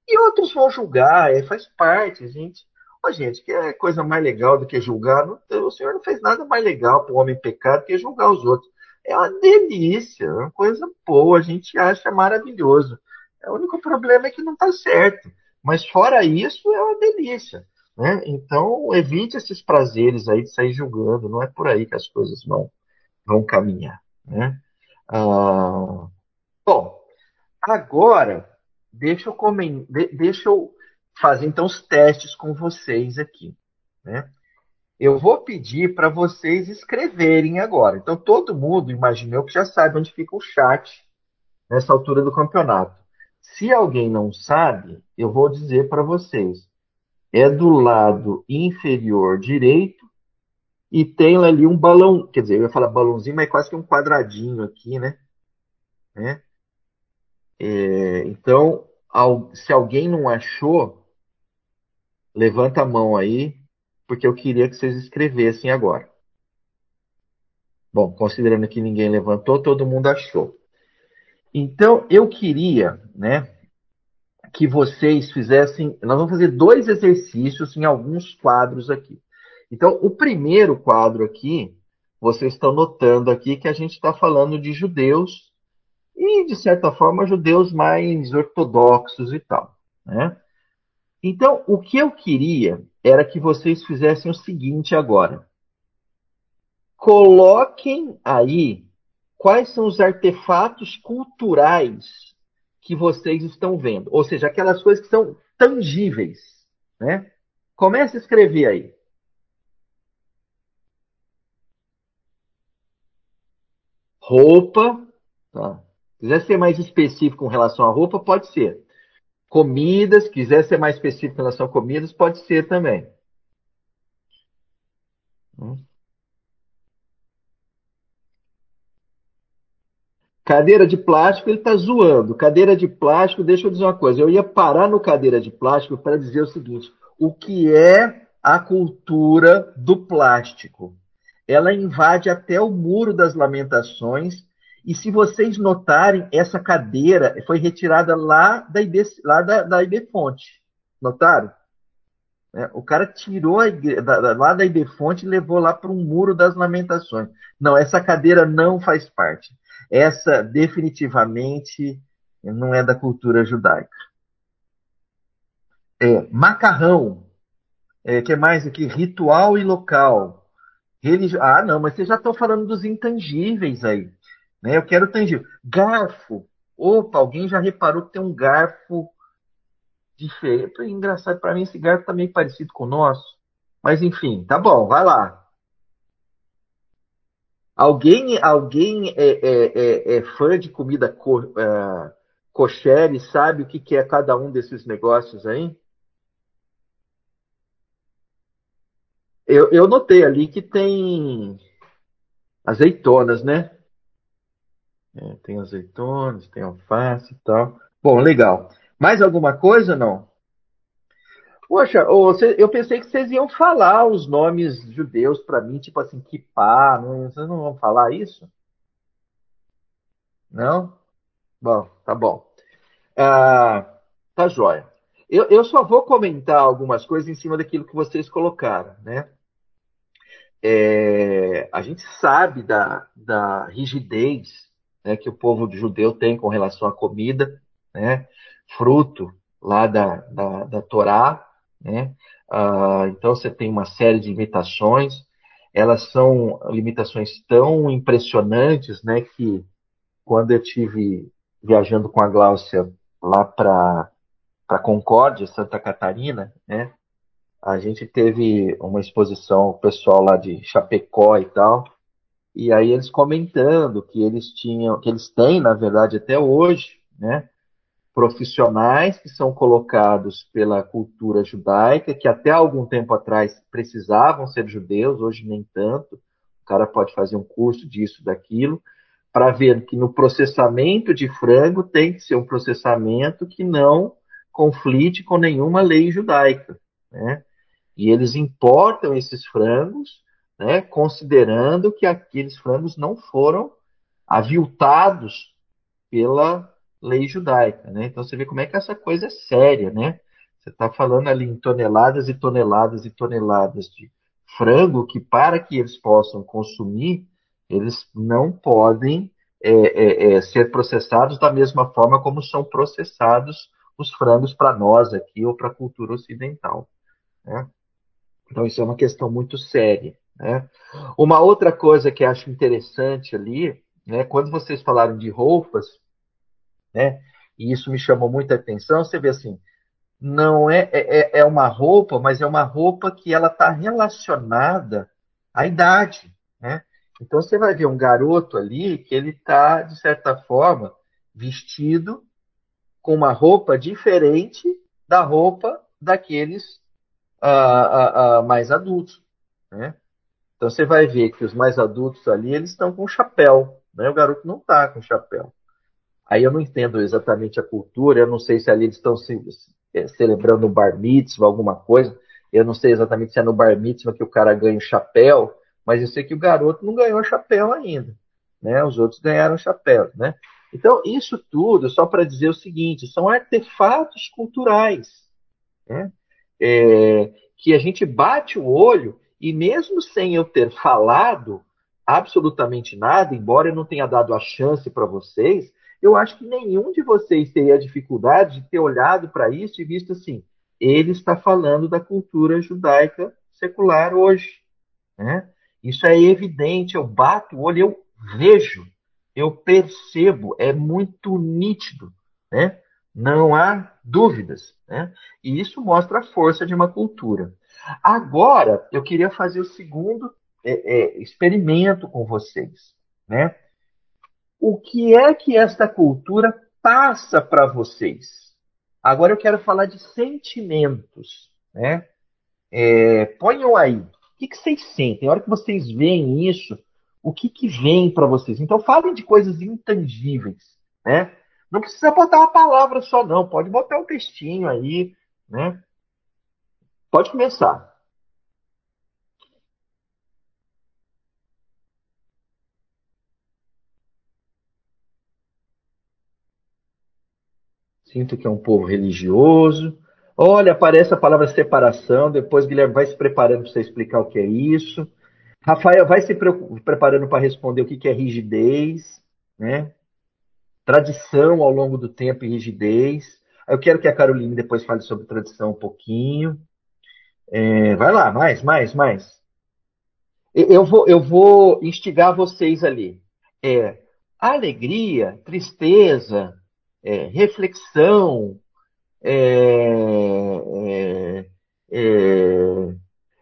[SPEAKER 2] E outros vão julgar, é, faz parte, gente. Ô, gente, que é coisa mais legal do que julgar. Não- o Senhor não fez nada mais legal para o homem pecar do que julgar os outros. É uma delícia, é uma coisa boa, a gente acha maravilhoso. É, o único problema é que não está certo. Mas fora isso, é uma delícia. Né? Então, evite esses prazeres aí de sair julgando. Não é por aí que as coisas vão, vão caminhar. Né? Ah, bom, agora, deixa eu, comen- de- deixa eu fazer então os testes com vocês aqui, né? Eu vou pedir para vocês escreverem agora. Então, todo mundo, imaginou que já sabe onde fica o chat nessa altura do campeonato. Se alguém não sabe, eu vou dizer para vocês. É do lado inferior direito e tem ali um balão, quer dizer, eu ia falar balãozinho, mas é quase que um quadradinho aqui, né? né? É, então, al- se alguém não achou, levanta a mão aí, porque eu queria que vocês escrevessem agora. Bom, considerando que ninguém levantou, todo mundo achou. Então, eu queria, né, que vocês fizessem. Nós vamos fazer dois exercícios em alguns quadros aqui. Então, o primeiro quadro aqui, vocês estão notando aqui que a gente está falando de judeus e, de certa forma, judeus mais ortodoxos e tal, né? Então, o que eu queria era que vocês fizessem o seguinte agora. Coloquem aí quais são os artefatos culturais que vocês estão vendo. Ou seja, aquelas coisas que são tangíveis. Né? Comece a escrever aí. Roupa. Tá? Se quiser ser mais específico com relação à roupa, pode ser. Comidas, se quiser ser mais específico com relação a comidas, pode ser também. Hum. Cadeira de plástico, ele está zoando. Cadeira de plástico, deixa eu dizer uma coisa. Eu ia parar no cadeira de plástico para dizer o seguinte: o que é a cultura do plástico? Ela invade até o Muro das Lamentações. E se vocês notarem, essa cadeira foi retirada lá da I B, lá da, da I B Fonte. Notaram? É, o cara tirou a igre... da, da, lá da Idefonte e levou lá para um Muro das Lamentações. Não, essa cadeira não faz parte. Essa definitivamente não é da cultura judaica. É, macarrão. É, que mais aqui? Ritual e local. Religi... Ah, não, mas vocês já estão falando dos intangíveis aí. Né? Eu quero tangível. Garfo. Opa, alguém já reparou que tem um garfo diferente? Engraçado, para mim esse garfo está meio parecido com o nosso. Mas enfim, tá bom, vai lá. Alguém, alguém é, é, é, é fã de comida co, é, kosher e sabe o que, que é cada um desses negócios aí? Eu, eu notei ali que tem azeitonas, né? É, tem azeitonas, tem alface e tal. Bom, legal. Mais alguma coisa, não? Poxa, ô, cê- eu pensei que vocês iam falar os nomes judeus para mim, tipo assim, kippah, não, vocês não vão falar isso? Não? Bom, tá bom. Ah, tá joia. Eu, eu só vou comentar algumas coisas em cima daquilo que vocês colocaram, né? É, a gente sabe da, da rigidez, né, que o povo judeu tem com relação à comida, né? Fruto lá da, da, da Torá, né? Ah, então você tem uma série de limitações. Elas são limitações tão impressionantes, né, que quando eu tive viajando com a Gláucia lá para para Concórdia, Santa Catarina, né? A gente teve uma exposição, o pessoal lá de Chapecó e tal, e aí eles comentando que eles tinham, que eles têm, na verdade, até hoje, né? Profissionais que são colocados pela cultura judaica, que até algum tempo atrás precisavam ser judeus, hoje nem tanto. O cara pode fazer um curso disso, daquilo, para ver que no processamento de frango tem que ser um processamento que não conflite com nenhuma lei judaica, né? E eles importam esses frangos, né, considerando que aqueles frangos não foram aviltados pela lei judaica, né? Então você vê como é que essa coisa é séria, né? Você está falando ali em toneladas e toneladas e toneladas de frango que, para que eles possam consumir, eles não podem é, é, é, ser processados da mesma forma como são processados os frangos para nós aqui ou para a cultura ocidental, né? Então isso é uma questão muito séria, né? Uma outra coisa que acho interessante ali, né, quando vocês falaram de roupas, né, e isso me chamou muita atenção, você vê assim, não é, é, é uma roupa, mas é uma roupa que ela está relacionada à idade, né? Então você vai ver um garoto ali que ele está, de certa forma, vestido com uma roupa diferente da roupa daqueles ah, ah, ah, mais adultos, né? Então você vai ver que os mais adultos ali, eles estão com chapéu, né? O garoto não está com chapéu. Aí eu não entendo exatamente a cultura, eu não sei se ali eles estão se, é, celebrando o bar mitzvah, alguma coisa. Eu não sei exatamente se é no bar mitzvah que o cara ganha o chapéu, mas eu sei que o garoto não ganhou chapéu ainda, né? Os outros ganharam chapéu, né? Então, isso tudo, só para dizer o seguinte, são artefatos culturais, né? É, que a gente bate o olho e mesmo sem eu ter falado absolutamente nada, embora eu não tenha dado a chance para vocês, eu acho que nenhum de vocês teria dificuldade de ter olhado para isso e visto assim, ele está falando da cultura judaica secular hoje, né? Isso é evidente, eu bato o olho, eu vejo, eu percebo, é muito nítido, né? Não há dúvidas, né? E isso mostra a força de uma cultura. Agora, eu queria fazer o segundo é, é, experimento com vocês, né? O que é que esta cultura passa para vocês? Agora eu quero falar de sentimentos, né? É, ponham aí. O que, que vocês sentem? A hora que vocês veem isso, o que, que vem para vocês? Então, falem de coisas intangíveis, né? Não precisa botar uma palavra só, não. Pode botar um textinho aí, né? Pode começar. Sinto que é um povo religioso. Olha, aparece a palavra separação. Depois Guilherme vai se preparando para você explicar o que é isso. Rafael vai se preparando para responder o que, que é rigidez, né? Tradição ao longo do tempo e rigidez. Eu quero que a Caroline depois fale sobre tradição um pouquinho. É, vai lá, mais, mais, mais. Eu vou, eu vou instigar vocês ali. É, alegria, tristeza, é, reflexão, é, é, é,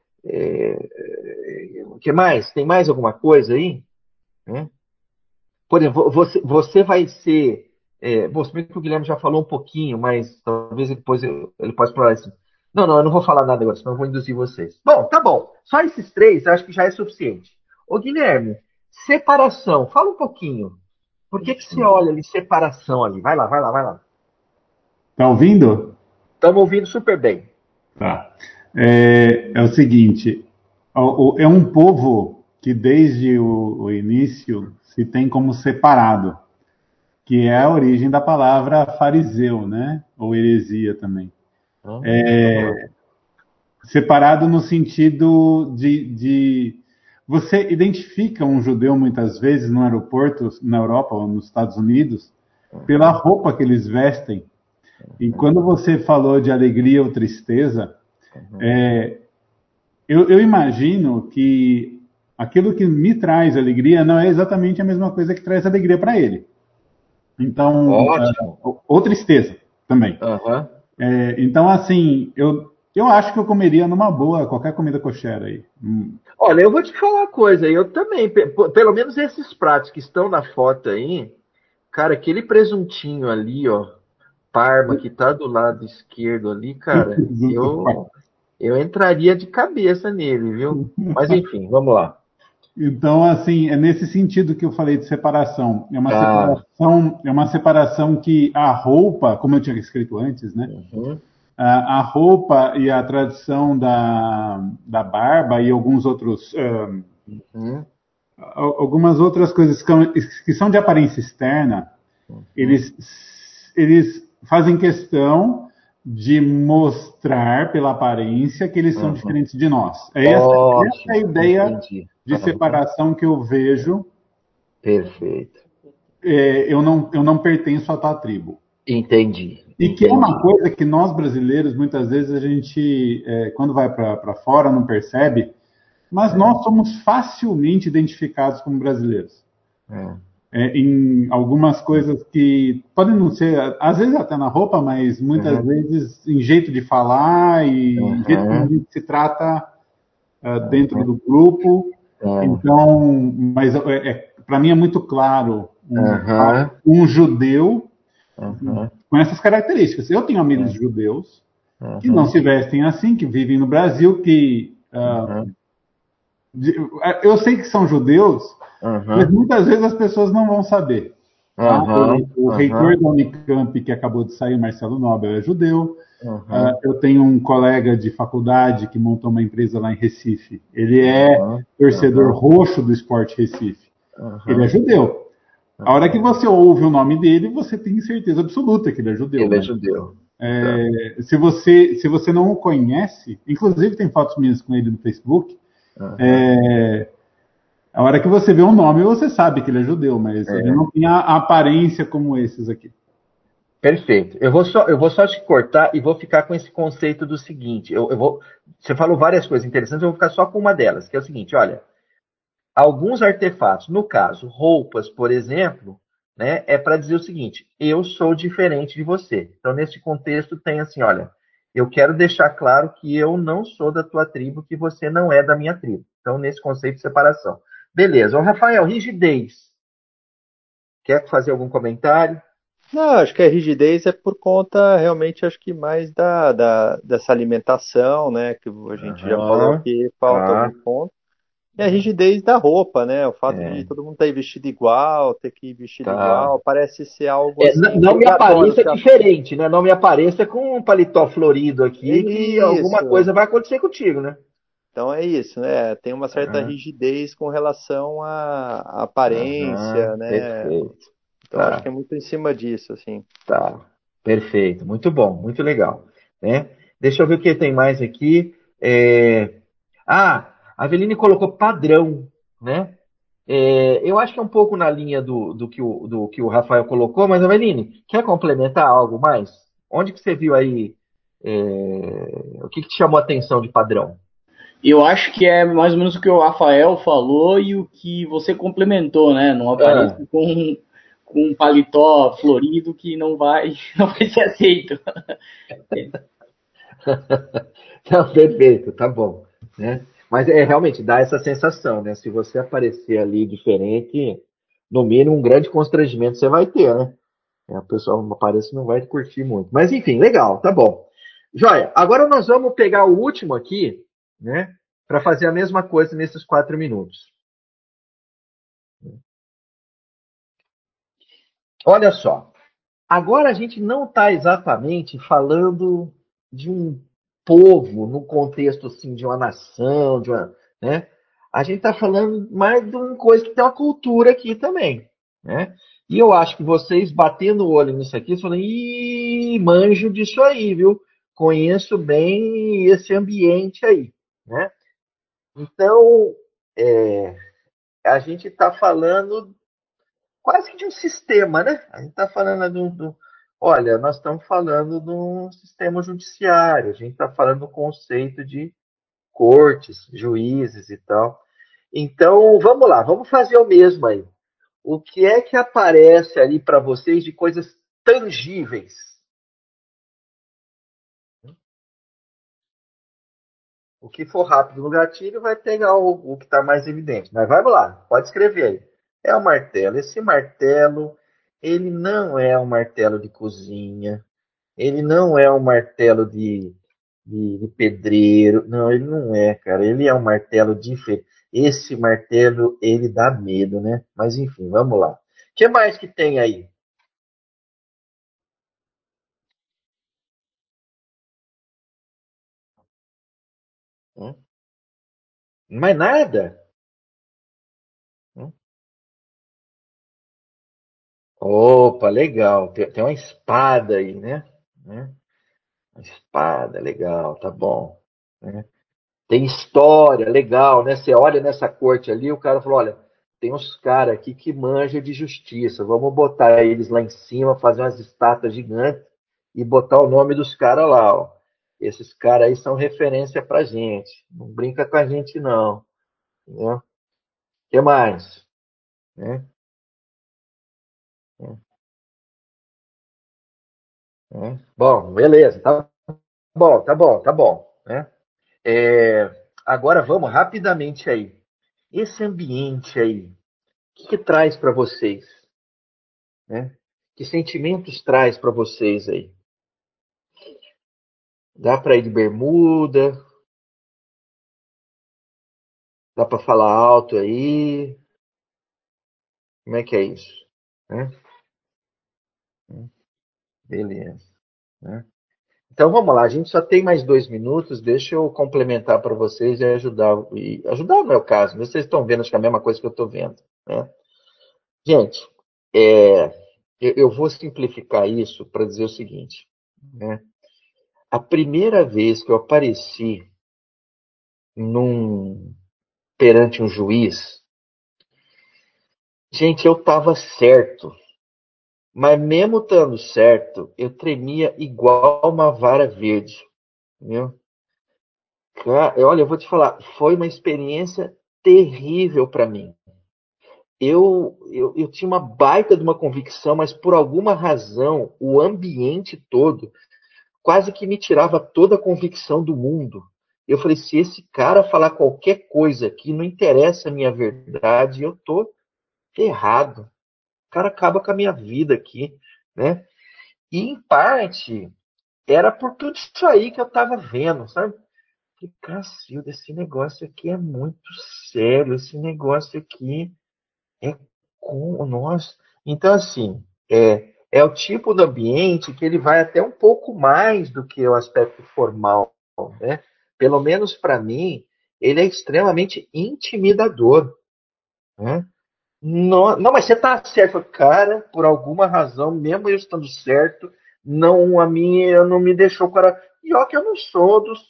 [SPEAKER 2] é, o que mais? Tem mais alguma coisa aí? É? Por exemplo, você, você vai ser. É, bom, se bem que o Guilherme já falou um pouquinho, mas talvez depois eu- ele possa falar assim. Não, não, eu não vou falar nada agora, senão eu vou induzir vocês. Bom, tá bom. Só esses três eu acho que já é suficiente. Ô, Guilherme, separação. Fala um pouquinho. Por que, que você olha ali, separação ali? Vai lá, vai lá, vai lá.
[SPEAKER 1] Tá ouvindo?
[SPEAKER 2] Estamos ouvindo super bem.
[SPEAKER 1] Tá. É, é o seguinte, o- o- é um povo que desde o, o início se tem como separado, que é a origem da palavra fariseu, né? Ou heresia também.
[SPEAKER 2] Hum, vamos lá.
[SPEAKER 1] Separado no sentido de, de... Você identifica um judeu muitas vezes no aeroporto, na Europa ou nos Estados Unidos, pela roupa que eles vestem. E quando você falou de alegria ou tristeza, é, eu, eu imagino que aquilo que me traz alegria não é exatamente a mesma coisa que traz alegria para ele. Então,
[SPEAKER 2] Ótimo.
[SPEAKER 1] uh, ou tristeza também.
[SPEAKER 2] Aham.
[SPEAKER 1] É, então, assim, eu, eu acho que eu comeria numa boa qualquer comida kosher aí. Hum.
[SPEAKER 2] Olha, eu vou te falar uma coisa, eu também, pe- p- pelo menos esses pratos que estão na foto aí, cara, aquele presuntinho ali, ó, Parma, que tá do lado esquerdo ali, cara, eu, eu entraria de cabeça nele, viu? Mas enfim, vamos lá.
[SPEAKER 1] Então, assim, é nesse sentido que eu falei de separação. É uma
[SPEAKER 2] Ah,
[SPEAKER 1] separação, é uma separação que a roupa, como eu tinha escrito antes, né?
[SPEAKER 2] uhum,
[SPEAKER 1] A, a roupa e a tradição da, da barba e alguns outros, um,
[SPEAKER 2] uhum,
[SPEAKER 1] algumas outras coisas que, que são de aparência externa,
[SPEAKER 2] uhum,
[SPEAKER 1] eles eles fazem questão de mostrar pela aparência que eles são
[SPEAKER 2] Uhum.
[SPEAKER 1] diferentes de nós. É essa,
[SPEAKER 2] Ótimo,
[SPEAKER 1] essa é a ideia
[SPEAKER 2] entendi.
[SPEAKER 1] de
[SPEAKER 2] Uhum.
[SPEAKER 1] separação que eu vejo.
[SPEAKER 2] Perfeito.
[SPEAKER 1] É, eu, não, eu não pertenço à tua tribo.
[SPEAKER 2] Entendi.
[SPEAKER 1] E que é
[SPEAKER 2] entendi.
[SPEAKER 1] uma coisa que nós brasileiros, muitas vezes, a gente, é, quando vai para fora, não percebe, mas nós somos facilmente identificados como brasileiros.
[SPEAKER 2] É.
[SPEAKER 1] É, em algumas coisas que podem não ser, às vezes até na roupa, mas muitas
[SPEAKER 2] Uhum.
[SPEAKER 1] vezes em jeito de falar e
[SPEAKER 2] Uhum.
[SPEAKER 1] jeito como a gente se trata uh, dentro
[SPEAKER 2] Uhum.
[SPEAKER 1] do grupo.
[SPEAKER 2] Uhum.
[SPEAKER 1] Então, mas é, é, para mim é muito claro um,
[SPEAKER 2] Uhum.
[SPEAKER 1] um judeu
[SPEAKER 2] Uhum.
[SPEAKER 1] com essas características. Eu tenho amigos
[SPEAKER 2] Uhum.
[SPEAKER 1] judeus que não
[SPEAKER 2] Uhum.
[SPEAKER 1] se vestem assim, que vivem no Brasil, que uh,
[SPEAKER 2] Uhum.
[SPEAKER 1] de, eu sei que são judeus, mas
[SPEAKER 2] Uhum.
[SPEAKER 1] muitas vezes as pessoas não vão saber. Tá? O,
[SPEAKER 2] Uhum.
[SPEAKER 1] o
[SPEAKER 2] Uhum.
[SPEAKER 1] reitor da Unicamp, que acabou de sair, Marcelo Nobel, é judeu.
[SPEAKER 2] Uhum.
[SPEAKER 1] Uh, eu tenho um colega de faculdade que montou uma empresa lá em Recife. Ele é
[SPEAKER 2] Uhum.
[SPEAKER 1] torcedor
[SPEAKER 2] Uhum.
[SPEAKER 1] roxo do Esporte Recife. Ele é
[SPEAKER 2] Uhum.
[SPEAKER 1] judeu. A hora que
[SPEAKER 2] Uhum.
[SPEAKER 1] você ouve o nome dele, você tem certeza absoluta que ele é judeu.
[SPEAKER 2] Ele é
[SPEAKER 1] Mas,
[SPEAKER 2] judeu.
[SPEAKER 1] é, se, você, se você não o conhece, inclusive tem fotos minhas com ele no Facebook,
[SPEAKER 2] Uhum.
[SPEAKER 1] é, a hora que você vê o nome, você sabe que ele é judeu, mas ele
[SPEAKER 2] É.
[SPEAKER 1] não tem a, a aparência como esses aqui.
[SPEAKER 2] Perfeito. Eu vou só, eu vou só te cortar e vou ficar com esse conceito do seguinte. Eu, eu vou, você falou várias coisas interessantes, eu vou ficar só com uma delas, que é o seguinte, olha, alguns artefatos, no caso, roupas, por exemplo, né, é para dizer o seguinte, eu sou diferente de você. Então, nesse contexto, tem assim, olha, eu quero deixar claro que eu não sou da tua tribo, que você não é da minha tribo. Então, nesse conceito de separação. Beleza. Ô, Rafael, rigidez. Quer fazer algum comentário?
[SPEAKER 4] Não, acho que a rigidez é por conta realmente, acho que mais da, da, dessa alimentação, né? Que a gente já falou
[SPEAKER 2] Aham.
[SPEAKER 4] que falta
[SPEAKER 2] Tá.
[SPEAKER 4] alguns pontos. E a rigidez da roupa, né? O fato de
[SPEAKER 2] É,
[SPEAKER 4] todo mundo estar aí vestido igual, ter que ir vestido
[SPEAKER 2] tá.
[SPEAKER 4] igual, parece ser algo
[SPEAKER 2] É, n-
[SPEAKER 4] assim
[SPEAKER 2] não me
[SPEAKER 4] obrigatório.
[SPEAKER 2] apareça
[SPEAKER 4] Porque a-
[SPEAKER 2] diferente, né? Não me apareça com um paletó florido
[SPEAKER 4] é
[SPEAKER 2] aqui, que alguma
[SPEAKER 4] isso.
[SPEAKER 2] coisa vai acontecer contigo, né?
[SPEAKER 4] Então é isso, né? Tem uma certa
[SPEAKER 2] Aham,
[SPEAKER 4] rigidez com relação à à
[SPEAKER 2] aham,
[SPEAKER 4] aparência, né?
[SPEAKER 2] perfeito.
[SPEAKER 4] Então acho que
[SPEAKER 2] Tá,
[SPEAKER 4] é muito em cima disso, assim.
[SPEAKER 2] tá. Perfeito. Muito bom, muito legal. Né? Deixa eu ver o que tem mais aqui. É, Ah, a Aveline colocou padrão, né? É, eu acho que é um pouco na linha do, do, que o, do que o Rafael colocou, mas Aveline, quer complementar algo mais? Onde que você viu aí? É, o que, que te chamou a atenção de padrão?
[SPEAKER 5] Eu acho que é mais ou menos o que o Rafael falou e o que você complementou, né? Não apareça
[SPEAKER 2] Ah,
[SPEAKER 5] com, com um paletó florido que não vai, não vai ser aceito.
[SPEAKER 2] não, perfeito, tá bom, né? Mas é realmente dá essa sensação, né? Se você aparecer ali diferente, no mínimo um grande constrangimento você vai ter, né? É, a pessoa parece que não vai curtir muito. Mas enfim, legal, tá bom. Joia, agora nós vamos pegar o último aqui, né? Para fazer a mesma coisa nesses quatro minutos. Olha só, agora a gente não está exatamente falando de um povo no contexto assim de uma nação, de uma, né? A gente está falando mais de uma coisa que tem uma cultura aqui também, né? E eu acho que vocês batendo o olho nisso aqui, falando, ih, manjo disso aí, viu? Conheço bem esse ambiente aí, né? Então, é, a gente está falando quase que de um sistema, né? A gente está falando do, do. Olha, nós estamos falando de um sistema judiciário, a gente está falando do conceito de cortes, juízes e tal. Então, vamos lá, vamos fazer o mesmo aí. O que é que aparece ali para vocês de coisas tangíveis? O que for rápido no gatilho vai pegar o, o que está mais evidente. Mas vamos lá, pode escrever aí. É o martelo. Esse martelo, ele não é um martelo de cozinha. Ele não é um martelo de, de, de pedreiro. Não, ele não é, cara. Ele é um martelo diferente. Esse martelo, ele dá medo, né? Mas enfim, vamos lá. O que mais que tem aí? Hum? Mais nada? Hum? Opa, legal. Tem, tem uma espada aí, né? né? Uma espada, legal, tá bom. né? Tem história, legal, né? Você olha nessa corte ali, o cara falou, olha, tem uns caras aqui que manjam de justiça. Vamos botar eles lá em cima, fazer umas estátuas gigantes e botar o nome dos caras lá, ó. Esses caras aí são referência pra gente. Não brinca com a gente, não. Entendeu? O que mais? Né? né? Bom, beleza. Tá bom, tá bom, tá bom. Né? É, agora vamos rapidamente aí. Esse ambiente aí, o que, que traz para vocês? Né? Que sentimentos traz para vocês aí? Dá para ir de bermuda? Dá para falar alto aí? Como é que é isso? Né? Beleza. Né? Então vamos lá, a gente só tem mais dois minutos, deixa eu complementar para vocês e ajudar. E ajudar no meu caso, vocês estão vendo, acho que é a mesma coisa que eu estou vendo. Né? Gente, é, eu, eu vou simplificar isso para dizer o seguinte. Né? A primeira vez que eu apareci num, perante um juiz, gente, eu estava certo. Mas mesmo estando certo, eu tremia igual uma vara verde. Entendeu? Cara, olha, eu vou te falar, foi uma experiência terrível para mim. Eu, eu, eu tinha uma baita de uma convicção, mas por alguma razão, o ambiente todo quase que me tirava toda a convicção do mundo. Eu falei, se esse cara falar qualquer coisa aqui, não interessa a minha verdade, eu tô ferrado. O cara acaba com a minha vida aqui, né? E, em parte, era por tudo isso aí que eu tava vendo, sabe? Que Cacilda, esse negócio aqui é muito sério, esse negócio aqui é com nós. Então, assim, é, é o tipo de ambiente que ele vai até um pouco mais do que o aspecto formal, né? Pelo menos para mim, ele é extremamente intimidador, né? Não, não, mas você tá certo, cara, por alguma razão, mesmo eu estando certo, não, a minha não me deixou, cara. Pior que eu não sou dos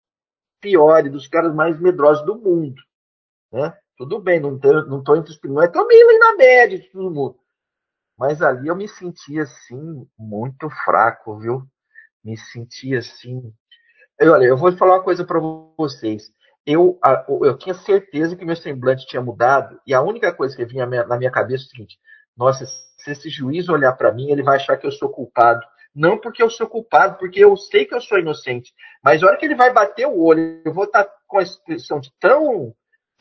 [SPEAKER 2] piores, dos caras mais medrosos do mundo, né? Tudo bem, não, tô, não tô entre os primeiros, tô meio ali na média de todo mundo. Mas ali eu me sentia, assim, muito fraco, viu? Me sentia, assim... Eu, olha, eu vou falar uma coisa para vocês. Eu, a, eu tinha certeza que meu semblante tinha mudado e a única coisa que vinha na minha cabeça é o seguinte: nossa, se esse juiz olhar para mim, ele vai achar que eu sou culpado. Não porque eu sou culpado, porque eu sei que eu sou inocente. Mas a hora que ele vai bater o olho, eu vou estar com a expressão de tão,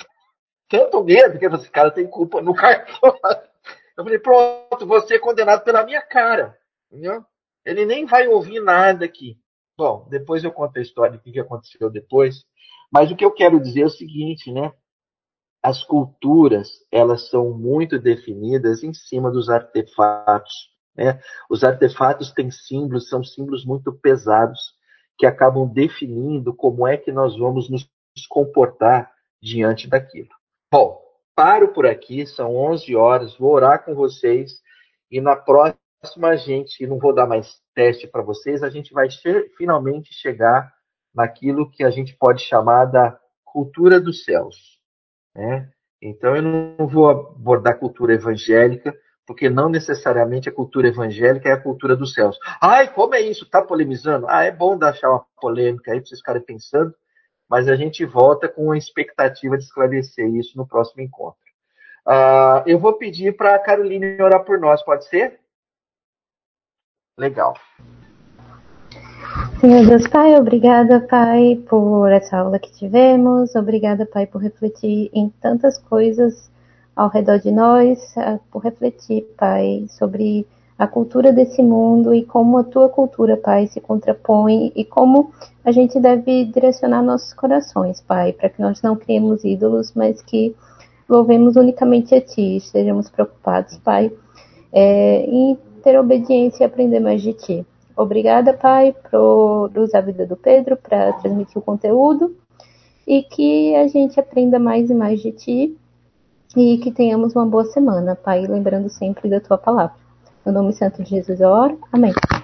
[SPEAKER 2] tanto medo que esse cara tem culpa no cartão. Eu falei, pronto, você é condenado pela minha cara. Entendeu? Ele nem vai ouvir nada aqui. Bom, depois eu conto a história do que aconteceu depois. Mas o que eu quero dizer é o seguinte, né? As culturas, elas são muito definidas em cima dos artefatos. Né? Os artefatos têm símbolos, são símbolos muito pesados, que acabam definindo como é que nós vamos nos comportar diante daquilo. Bom, paro por aqui, são onze horas, vou orar com vocês e na próxima a gente, não vou dar mais teste para vocês, a gente vai che- finalmente chegar naquilo que a gente pode chamar da cultura dos céus. Né? Então eu não vou abordar cultura evangélica, porque não necessariamente a cultura evangélica é a cultura dos céus. Ai, como é isso? Tá polemizando? Ah, é bom deixar uma polêmica aí para vocês ficarem pensando, mas a gente volta com a expectativa de esclarecer isso no próximo encontro. Uh, eu vou pedir para a Caroline orar por nós, pode ser? Legal.
[SPEAKER 7] Senhor Deus Pai, obrigada, Pai, por essa aula que tivemos. Obrigada, Pai, por refletir em tantas coisas ao redor de nós, por refletir, Pai, sobre a cultura desse mundo e como a tua cultura, Pai, se contrapõe e como a gente deve direcionar nossos corações, Pai, para que nós não criemos ídolos, mas que louvemos unicamente a Ti, estejamos preocupados, Pai, é, em ter obediência e aprender mais de Ti. Obrigada, Pai, por usar a vida do Pedro para transmitir o conteúdo e que a gente aprenda mais e mais de Ti e que tenhamos uma boa semana, Pai, lembrando sempre da Tua palavra. No nome santo de Jesus eu oro. Amém.